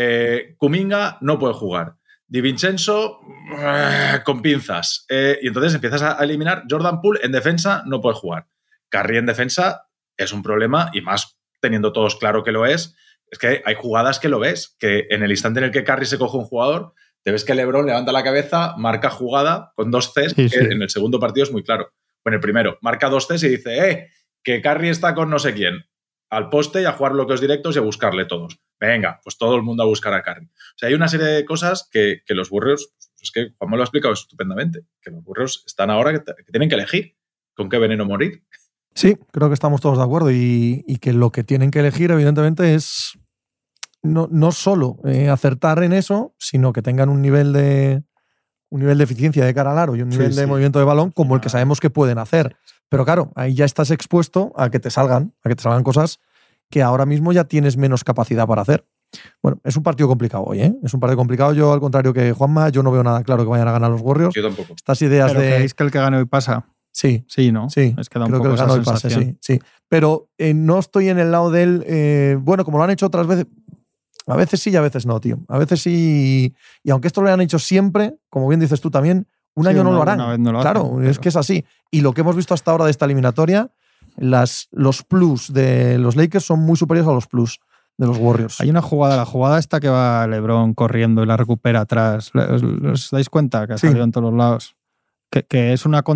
Kuminga no puede jugar. Di Vincenzo con pinzas. Y entonces empiezas a eliminar. Jordan Poole en defensa no puede jugar. Curry en defensa es un problema y más teniendo todos claro que lo es. Es que hay jugadas que lo ves, que en el instante en el que Curry se coge un jugador, te ves que LeBron levanta la cabeza, marca jugada con 2 Cs, sí, que en el segundo partido es muy claro. En el primero, marca 2 Cs y dice, que Curry está con no sé quién. Al poste y a jugar bloqueos directos y a buscarle todos. Venga, pues todo el mundo a buscar a Curry. O sea, hay una serie de cosas que los Warriors, es que Juan me lo ha explicado estupendamente, que los Warriors están ahora que tienen que elegir con qué veneno morir. Sí, creo que estamos todos de acuerdo y que lo que tienen que elegir, evidentemente, es no solo acertar en eso, sino que tengan un nivel de eficiencia de cara al aro y un nivel de movimiento de balón como el que sabemos que pueden hacer. Pero claro, ahí ya estás expuesto a que te salgan cosas que ahora mismo ya tienes menos capacidad para hacer. Bueno, es un partido complicado hoy, ¿eh? Es un partido complicado. Yo, al contrario que Juanma, yo no veo nada claro que vayan a ganar los Warriors. Yo tampoco. Estas ideas ¿Pero creéis que el que gane hoy pasa? Sí. Sí, ¿no? Sí, es que da creo un poco que el ganador pase, sí. Pero no estoy en el lado del... bueno, como lo han hecho otras veces... A veces sí y a veces no, tío. A veces sí... Y aunque esto lo han hecho siempre, como bien dices tú también, un año no lo harán. No lo claro, hacen, es que es así. Y lo que hemos visto hasta ahora de esta eliminatoria, los plus de los Lakers son muy superiores a los plus de los Warriors. Hay una jugada, la jugada esta que va LeBron corriendo y la recupera atrás. ¿Os dais cuenta que ha salido en todos los lados? Que es una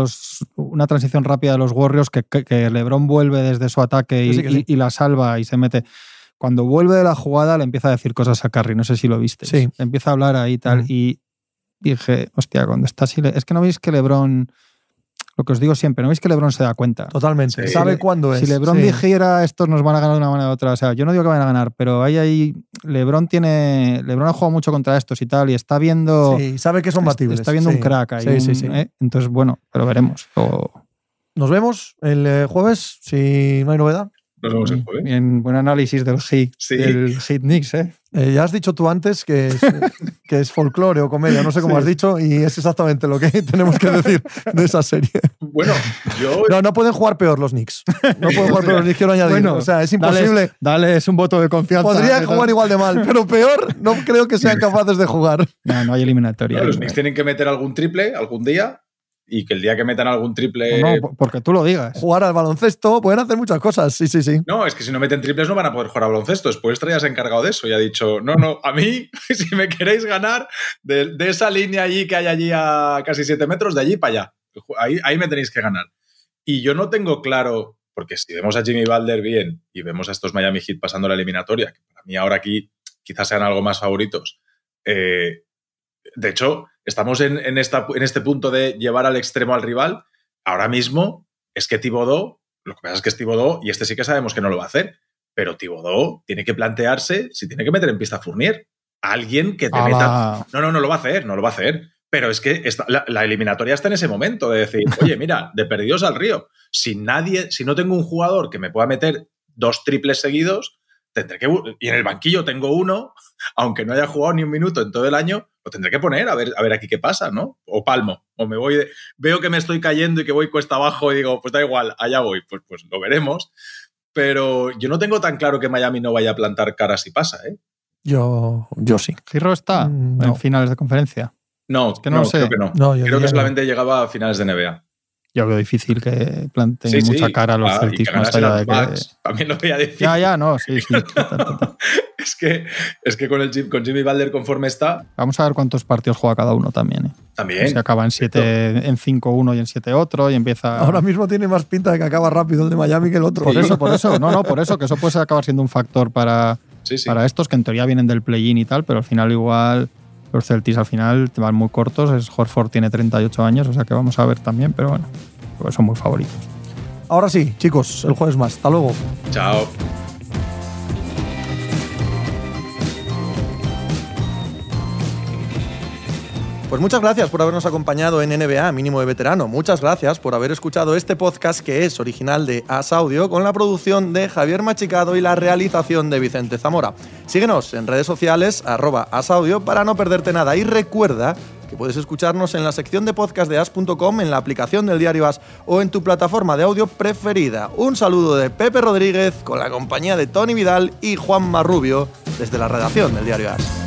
una transición rápida de los Warriors que LeBron vuelve desde su ataque y la salva y se mete. Cuando vuelve de la jugada le empieza a decir cosas a Curry, no sé si lo viste. Sí. Empieza a hablar ahí y tal. Y dije, hostia, cuando está así... Es que no veis que LeBron... Lo que os digo siempre, ¿no veis que LeBron se da cuenta? Totalmente. Sabe cuándo es. Si LeBron dijera estos nos van a ganar de una manera u otra, o sea, yo no digo que vayan a ganar, pero LeBron ha jugado mucho contra estos y tal, y está viendo... Sí, sabe que son batibles. Está viendo un crack ahí. Sí. Entonces, bueno, pero veremos. Nos vemos el jueves, si no hay novedad. Nos vemos el jueves. Bien, buen análisis del Heat, del Heat Knicks, ya has dicho tú antes que es folclore o comedia, no sé cómo has dicho, y es exactamente lo que tenemos que decir de esa serie. Bueno, No pueden jugar peor los Knicks. No pueden jugar peor los Knicks, quiero añadir. Bueno, o sea, es imposible. Dale, es un voto de confianza. Podrían jugar igual de mal, pero peor no creo que sean capaces de jugar. No hay eliminatoria. Los Knicks tienen que meter algún triple algún día. Y que el día que metan algún triple... No, porque tú lo digas. Jugar al baloncesto, pueden hacer muchas cosas, sí. No, es que si no meten triples no van a poder jugar al baloncesto. Después ya se ha encargado de eso y ha dicho, no, a mí, si me queréis ganar, de esa línea allí que hay allí a casi 7 metros, de allí para allá. Ahí me tenéis que ganar. Y yo no tengo claro, porque si vemos a Jimmy Butler bien y vemos a estos Miami Heat pasando la eliminatoria, que para mí ahora aquí quizás sean algo más favoritos, de hecho, estamos en este punto de llevar al extremo al rival. Ahora mismo es que Thibodeau, lo que pasa es que es Thibodeau y este sí que sabemos que no lo va a hacer, pero Thibodeau tiene que plantearse si tiene que meter en pista a Fournier. Alguien que te meta... No lo va a hacer. Pero es que la eliminatoria está en ese momento de decir, oye, mira, de perdidos al río. Si no tengo un jugador que me pueda meter 2 triples seguidos, tendré que... Y en el banquillo tengo uno, aunque no haya jugado ni un minuto en todo el año, lo tendré que poner a ver aquí qué pasa, ¿no? O palmo. O me voy... Veo que me estoy cayendo y que voy cuesta abajo y digo, pues da igual, allá voy. Pues lo veremos. Pero yo no tengo tan claro que Miami no vaya a plantar cara si pasa, ¿eh? Yo sí. ¿Girro está en finales de conferencia? No, es que no sé. Creo que no. Creo que solamente llegaba a finales de NBA. yo veo difícil que planteen mucha cara a los Celtics más allá de que... También lo veía difícil. Ya, no, sí. es que con Jimmy Butler conforme está... Vamos a ver cuántos partidos juega cada uno también. También. Si acaba en 7, en 5 uno y en 7 otro y empieza... Ahora mismo tiene más pinta de que acaba rápido el de Miami que el otro. Por eso. No, por eso, que eso puede acabar siendo un factor para estos que en teoría vienen del play-in y tal, pero al final igual... Los Celtics al final van muy cortos. Horford tiene 38 años, o sea que vamos a ver también, pero bueno, pues son muy favoritos. Ahora sí, chicos, el jueves más. Hasta luego. Chao. Pues muchas gracias por habernos acompañado en NBA Mínimo de Veterano. Muchas gracias por haber escuchado este podcast que es original de As Audio con la producción de Javier Machicado y la realización de Vicente Zamora. Síguenos en redes sociales @asaudio para no perderte nada y recuerda que puedes escucharnos en la sección de podcast de as.com, en la aplicación del diario As o en tu plataforma de audio preferida. Un saludo de Pepe Rodríguez con la compañía de Tony Vidal y Juan Marrubio desde la redacción del diario As.